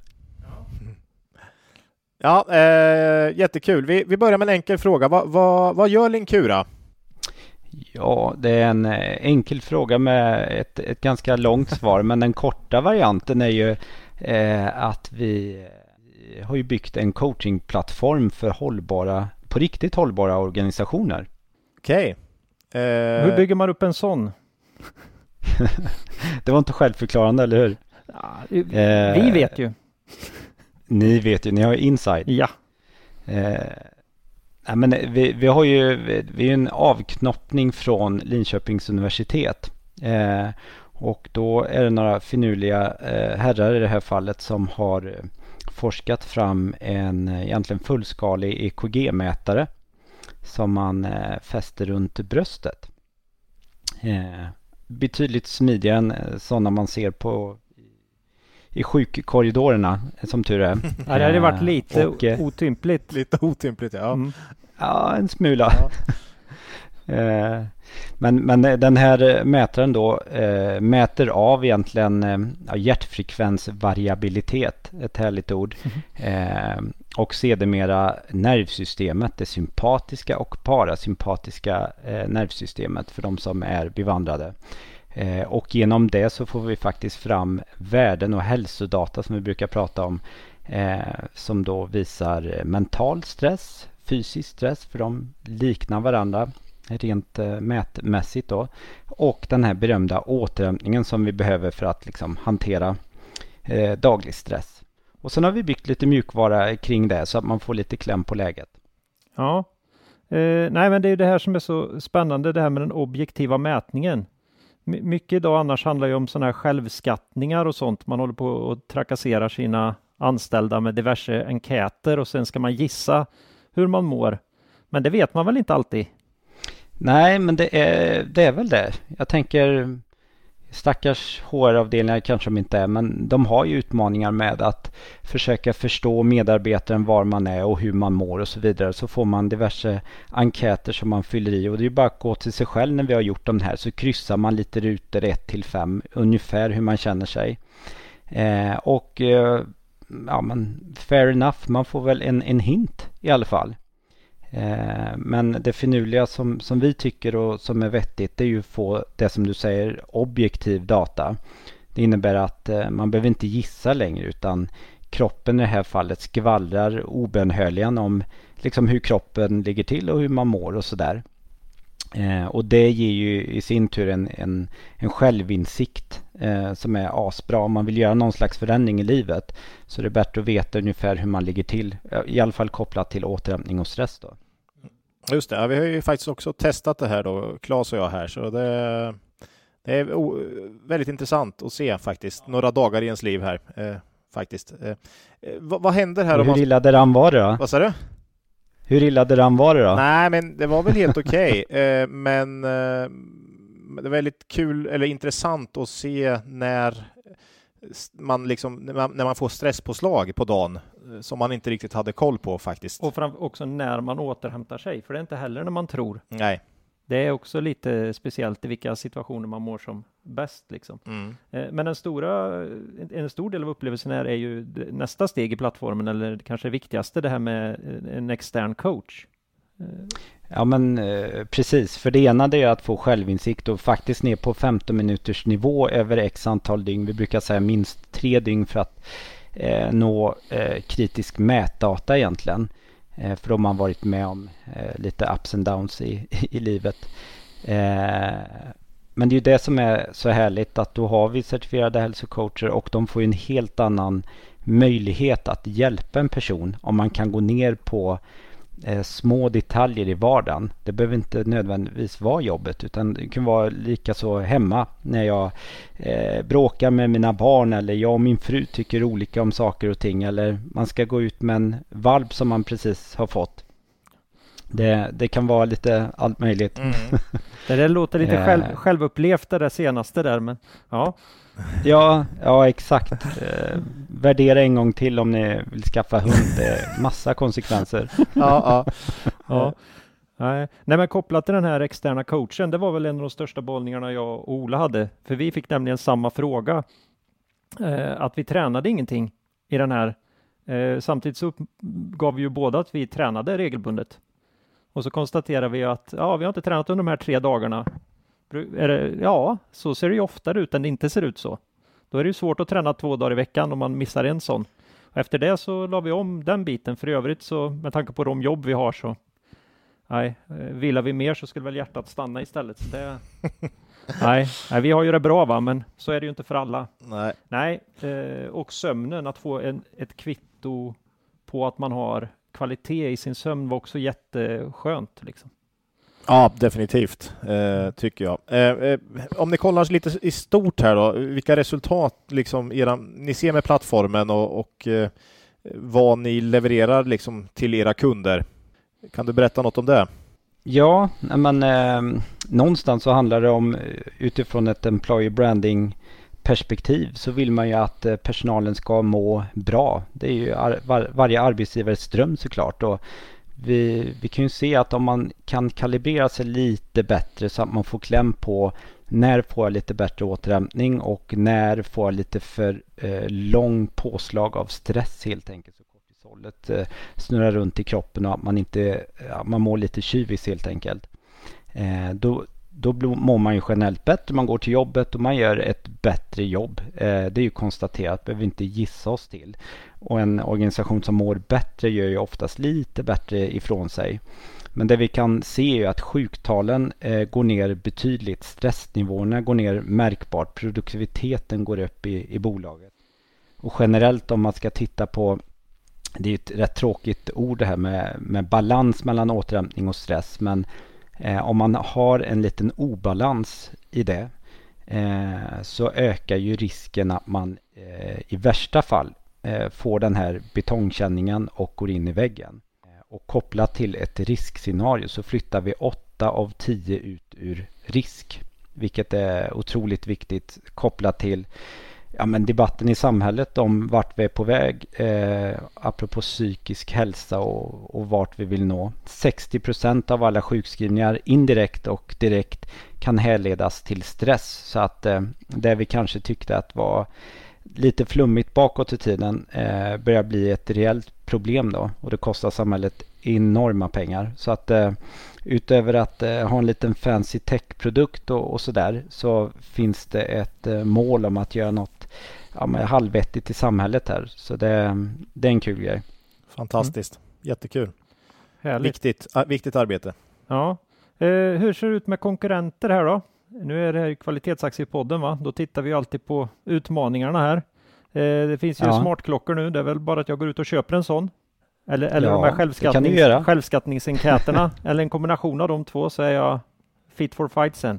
Ja, jättekul. Vi börjar med en enkel fråga. Vad gör Linkura? Ja, det är en enkel fråga med ett ganska långt svar. Men den korta varianten är ju att vi har ju byggt en coachingplattform för på riktigt hållbara organisationer. Okej. Hur bygger man upp en sån? Det var inte självförklarande, eller hur? Ja, vi vet ju. Ni vet ju, ni har ju insight. Ja. Men vi har ju vi är en avknoppning från Linköpings universitet. Och då är det några finurliga herrar i det här fallet som har forskat fram en egentligen fullskalig EKG-mätare som man fäster runt bröstet. Betydligt smidigare än sådana man ser på i sjukkorridorerna, som tur är. Ja, det hade varit lite otympligt. Lite otympligt, ja. Ja, en smula. Ja. Men den här mätaren då mäter av egentligen hjärtfrekvensvariabilitet, ett härligt ord, och sedermera nervsystemet, det sympatiska och parasympatiska nervsystemet för de som är bevandrade. Och genom det så får vi faktiskt fram värden och hälsodata som vi brukar prata om, som då visar mental stress, fysisk stress, för de liknar varandra rent mätmässigt då, och den här berömda återhämtningen som vi behöver för att liksom hantera daglig stress. Och sen har vi byggt lite mjukvara kring det så att man får lite kläm på läget. Ja, nej, men det är det här som är så spännande, det här med den objektiva mätningen. Mycket idag annars handlar ju om sådana här självskattningar och sånt. Man håller på och trakasserar sina anställda med diverse enkäter och sen ska man gissa hur man mår. Men det vet man väl inte alltid? Nej, men det är väl det. Jag tänker, stackars HR-avdelningar kanske de inte är, men de har ju utmaningar med att försöka förstå medarbetaren, var man är och hur man mår och så vidare. Så får man diverse enkäter som man fyller i, och det är ju bara att gå till sig själv när vi har gjort de här, så kryssar man lite rutor 1-5 ungefär hur man känner sig. Ja, men fair enough, man får väl en hint i alla fall. Men det finurliga som vi tycker och som är vettigt, det är ju att få det som du säger, objektiv data. Det innebär att man behöver inte gissa längre, utan kroppen i det här fallet skvallrar obönhörligen om liksom hur kroppen ligger till och hur man mår och sådär. Och det ger ju i sin tur en självinsikt som är asbra. Om man vill göra någon slags förändring i livet så är det bättre att veta ungefär hur man ligger till, i alla fall kopplat till återhämtning och stress då. Just det, ja, vi har ju faktiskt också testat det här då, Claes och jag här, så det är väldigt intressant att se faktiskt några dagar i ens liv här faktiskt. Vad händer här? Hur illa däran var det då? Vad sa du? Hur illa däran var det då? Nej, men det var väl helt okej. Men det är väldigt kul eller intressant att se när man liksom, när man får stresspåslag på dagen som man inte riktigt hade koll på faktiskt. Och också när man återhämtar sig, för det är inte heller när man tror. Nej. Det är också lite speciellt i vilka situationer man mår som bäst liksom. Men en stor del av upplevelsen är ju nästa steg i plattformen, eller kanske det viktigaste, det här med en extern coach. Ja, men precis, för det ena det är att få självinsikt och faktiskt ner på 15 minuters nivå över x antal dygn. Vi brukar säga minst 3 dygn för att nå kritisk mätdata egentligen. För de har varit med om lite ups and downs i livet. Men det är ju det som är så härligt, att då har vi certifierade hälsocoacher och de får ju en helt annan möjlighet att hjälpa en person om man kan gå ner på små detaljer i vardagen. Det behöver inte nödvändigtvis vara jobbet, utan det kan vara lika så hemma när jag bråkar med mina barn, eller jag och min fru tycker olika om saker och ting, eller man ska gå ut med en valp som man precis har fått. Det kan vara lite allt möjligt. Det där låter lite självupplevt det där senaste där, men ja. Ja, exakt. Värdera en gång till om ni vill skaffa hund. Det är massa konsekvenser. Ja. Nej, men kopplat till den här externa coachen, det var väl en av de största bollningarna jag och Ola hade. För vi fick nämligen samma fråga. Att vi tränade ingenting i den här. Samtidigt så gav vi ju båda att vi tränade regelbundet. Och så konstaterar vi att vi har inte tränat under de här 3 dagarna. Så ser det ju oftare ut än det inte ser ut så. Då är det ju svårt att träna 2 dagar i veckan om man missar en sån. Och efter det så la vi om den biten. För i övrigt så, med tanke på de jobb vi har, så vilar vi mer så skulle väl hjärtat stanna istället. Så det, nej, vi har ju det bra, va, men så är det ju inte för alla. Nej, och sömnen, att få ett kvitto på att man har kvalitet i sin sömn var också jätteskönt liksom. Ja, definitivt tycker jag. Om ni kollar lite i stort här då, vilka resultat liksom ni ser med plattformen och vad ni levererar liksom till era kunder. Kan du berätta något om det? Ja, men någonstans så handlar det om, utifrån ett employee branding perspektiv så vill man ju att personalen ska må bra. Det är ju varje arbetsgivares dröm såklart. Och vi kan ju se att om man kan kalibrera sig lite bättre så att man får kläm på när får jag lite bättre återhämtning och när får jag lite för lång påslag av stress helt enkelt. Så kortisolet snurrar runt i kroppen och att man mår lite tjuvis helt enkelt. Då mår man ju generellt bättre, man går till jobbet och man gör ett bättre jobb. Det är ju konstaterat, behöver vi inte gissa oss till. Och en organisation som mår bättre gör ju oftast lite bättre ifrån sig. Men det vi kan se är ju att sjuktalen går ner betydligt, stressnivåerna går ner märkbart, produktiviteten går upp i bolaget. Och generellt om man ska titta på, det är ett rätt tråkigt ord det här med balans mellan återhämtning och stress, men om man har en liten obalans i det så ökar ju risken att man i värsta fall får den här betongkänningen och går in i väggen. Och kopplat till ett riskscenario så flyttar vi 8 av 10 ut ur risk. Vilket är otroligt viktigt kopplat till debatten i samhället om vart vi är på väg. Apropå psykisk hälsa och vart vi vill nå. 60% av alla sjukskrivningar indirekt och direkt kan härledas till stress. Så att det vi kanske tyckte att var lite flummigt bakåt i tiden börjar bli ett reellt problem då. Och det kostar samhället enorma pengar. Så att utöver att ha en liten fancy tech-produkt och sådär så finns det ett mål om att göra något halvvettigt i samhället här. Så det är en kul grej. Fantastiskt. Jättekul. Härligt. Viktigt arbete. Ja. Hur ser det ut med konkurrenter här då? Nu är det här kvalitetsaktiepodden va? Då tittar vi alltid på utmaningarna här. Det finns ju smartklockor nu. Det är väl bara att jag går ut och köper en sån. Eller de här självskattningsenkäterna. Eller en kombination av de två så är jag fit for fight sen.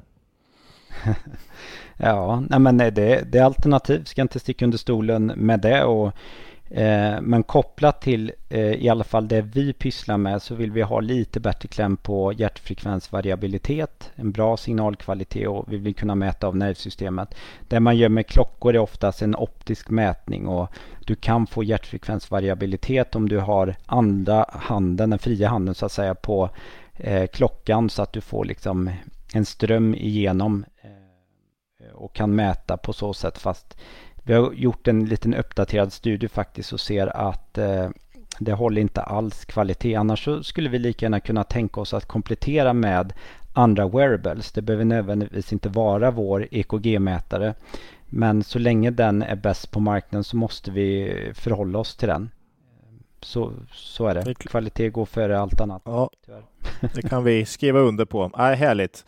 Det är alternativ. Ska inte sticka under stolen med det. Men kopplat till i alla fall det vi pysslar med så vill vi ha lite bättre kläm på hjärtfrekvensvariabilitet, en bra signalkvalitet och vi vill kunna mäta av nervsystemet. Det man gör med klockor är oftast en optisk mätning och du kan få hjärtfrekvensvariabilitet om du har den fria handen så att säga på klockan så att du får liksom en ström igenom och kan mäta på så sätt. Fast vi har gjort en liten uppdaterad studie faktiskt och ser att det håller inte alls kvalitet. Annars så skulle vi lika gärna kunna tänka oss att komplettera med andra wearables. Det behöver nödvändigtvis inte vara vår EKG-mätare. Men så länge den är bäst på marknaden så måste vi förhålla oss till den. Så är det. Kvalitet går före allt annat. Ja, det kan vi skriva under på. Härligt.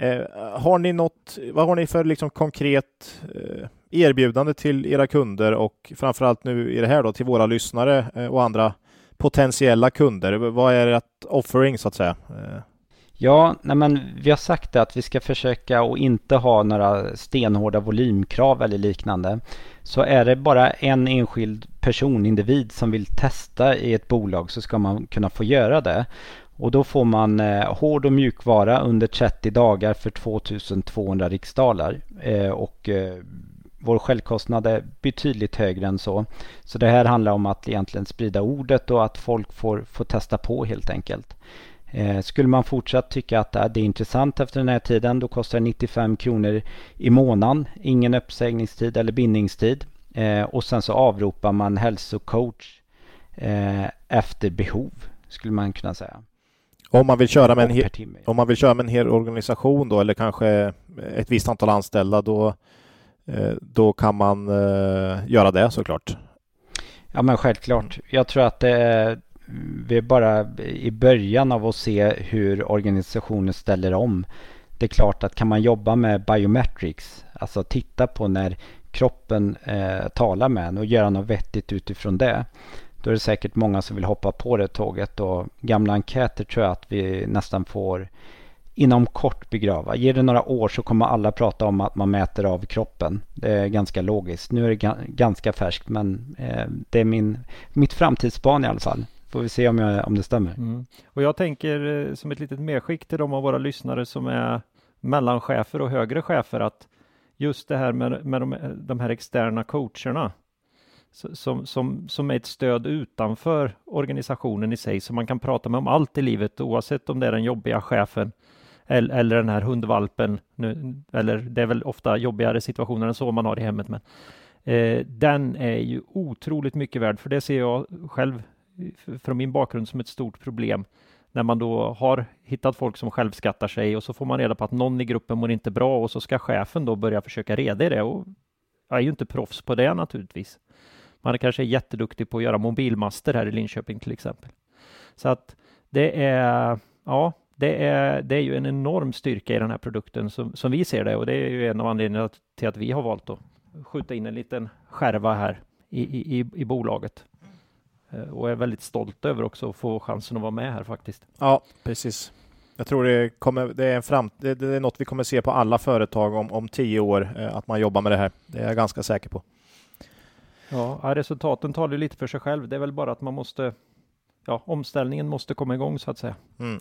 Vad har ni för liksom konkret erbjudande till era kunder och framförallt nu i det här då till våra lyssnare och andra potentiella kunder? Vad är ert offering så att säga? Ja, vi har sagt att vi ska försöka och inte ha några stenhårda volymkrav eller liknande. Så är det bara en enskild individ som vill testa i ett bolag så ska man kunna få göra det. Och då får man hård och mjukvara under 30 dagar för 2200 riksdaler. Vår självkostnad är betydligt högre än så. Så det här handlar om att egentligen sprida ordet och att folk får testa på helt enkelt. Skulle man fortsatt tycka att det är intressant efter den här tiden då kostar det 95 kronor i månaden. Ingen uppsägningstid eller bindningstid. Och sen så avropar man hälsocoach efter behov skulle man kunna säga. Om man vill köra med en hel organisation då eller kanske ett visst antal anställda då kan man göra det såklart. Ja men självklart. Jag tror att vi är bara i början av att se hur organisationer ställer om. Det är klart att kan man jobba med biometrics, alltså titta på när kroppen talar med en och göra något vettigt utifrån det. Då är det säkert många som vill hoppa på det tåget och gamla enkäter tror jag att vi nästan får inom kort begrava. Ger det några år så kommer alla prata om att man mäter av kroppen. Det är ganska logiskt. Nu är det ganska färskt men det är mitt framtidsbarn i alla fall. Får vi se om det stämmer. Mm. Och jag tänker som ett litet medskick till de av våra lyssnare som är mellanchefer och högre chefer att just det här med de här externa coacherna som är ett stöd utanför organisationen i sig, så man kan prata med om allt i livet, oavsett om det är den jobbiga chefen eller den här hundvalpen nu, eller det är väl ofta jobbigare situationer än så man har i hemmet, men den är ju otroligt mycket värd, för det ser jag själv från min bakgrund som ett stort problem. När man då har hittat folk som självskattar sig och så får man reda på att någon i gruppen mår inte bra och så ska chefen då börja försöka reda i det, och jag är ju inte proffs på det naturligtvis. Man är kanske jätteduktig på att göra mobilmaster här i Linköping till exempel. Så att det är ju en enorm styrka i den här produkten som vi ser det, och det är ju en av anledningarna till att vi har valt att skjuta in en liten skärva här i bolaget. Och är väldigt stolt över också att få chansen att vara med här faktiskt. Ja, precis. Jag tror det är något vi kommer se på alla företag om 10 år, att man jobbar med det här. Det är jag ganska säker på. Ja, resultaten talar ju lite för sig själv. Det är väl bara att man måste, omställningen måste komma igång så att säga.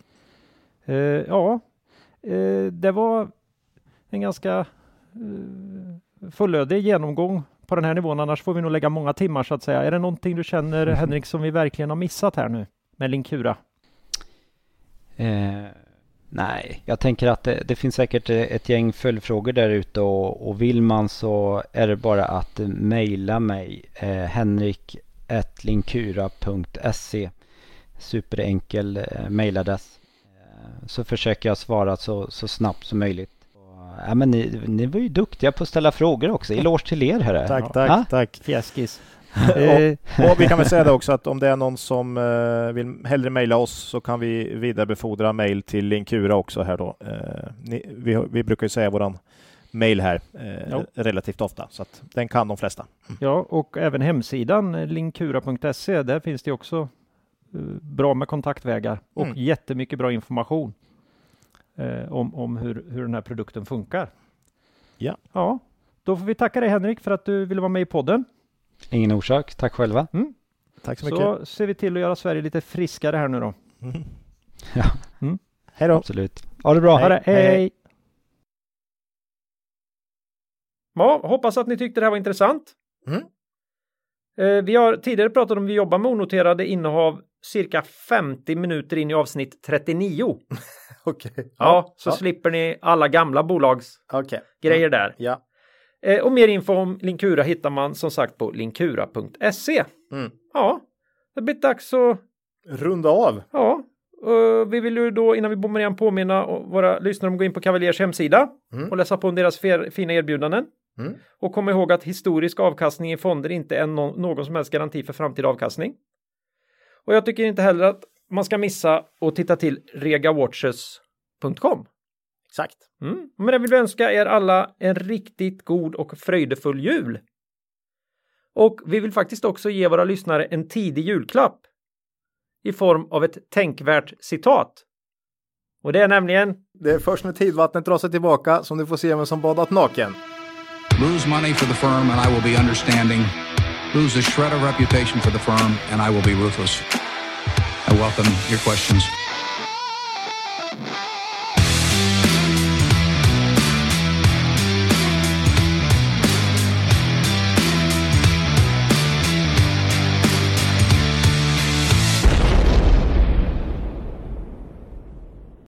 Det var en ganska fullödig genomgång på den här nivån, annars får vi nog lägga många timmar så att säga. Är det någonting du känner, Henrik, som vi verkligen har missat här nu med Linkura? Nej, jag tänker att det finns säkert ett gäng följdfrågor där ute, och vill man så är det bara att mejla mig, henrik@linkura.se, superenkel mejladress, så försöker jag svara så snabbt som möjligt. Ja, men ni var ju duktiga på att ställa frågor också. Eloge till er här. Tack. Fjäskis. och vi kan väl säga det också, att om det är någon som vill hellre mejla oss, så kan vi vidarebefordra mejl till Linkura också här då. Vi brukar ju säga våran mejl här relativt ofta, så att den kan de flesta. Ja, och även hemsidan linkura.se, där finns det också bra med kontaktvägar och jättemycket bra information om hur den här produkten funkar. Ja, då får vi tacka dig, Henrik, för att du ville vara med i podden. Ingen orsak, tack själva. Tack så mycket. Så ser vi till att göra Sverige lite friskare här nu då. Ja, hej då. Absolut. Ha det bra. Hej. Ja, hoppas att ni tyckte det här var intressant. Vi har tidigare pratat om att vi jobbar med onoterade innehav cirka 50 minuter in i avsnitt 39. Okej. Ja, så slipper ni alla gamla bolagsgrejer där. Ja. Och mer info om Linkura hittar man som sagt på linkura.se. Ja, det blir dags att runda av. Ja, vi vill ju då innan vi bombar igen påminna våra lyssnare om att gå in på Cavaliers hemsida och läsa på om deras fina erbjudanden. Och kom ihåg att historisk avkastning i fonder inte är någon som helst garanti för framtida avkastning. Och jag tycker inte heller att man ska missa att titta till regawatches.com. Exakt. Men jag vill önska er alla en riktigt god och fröjdefull jul. Och vi vill faktiskt också ge våra lyssnare en tidig julklapp i form av ett tänkvärt citat. Och det är nämligen: det är först när tidvattnet drar sig tillbaka som du får se vem som badat naken. Lose money for the firm and I will be understanding. Lose a shred of reputation for the firm and I will be ruthless. I welcome your questions.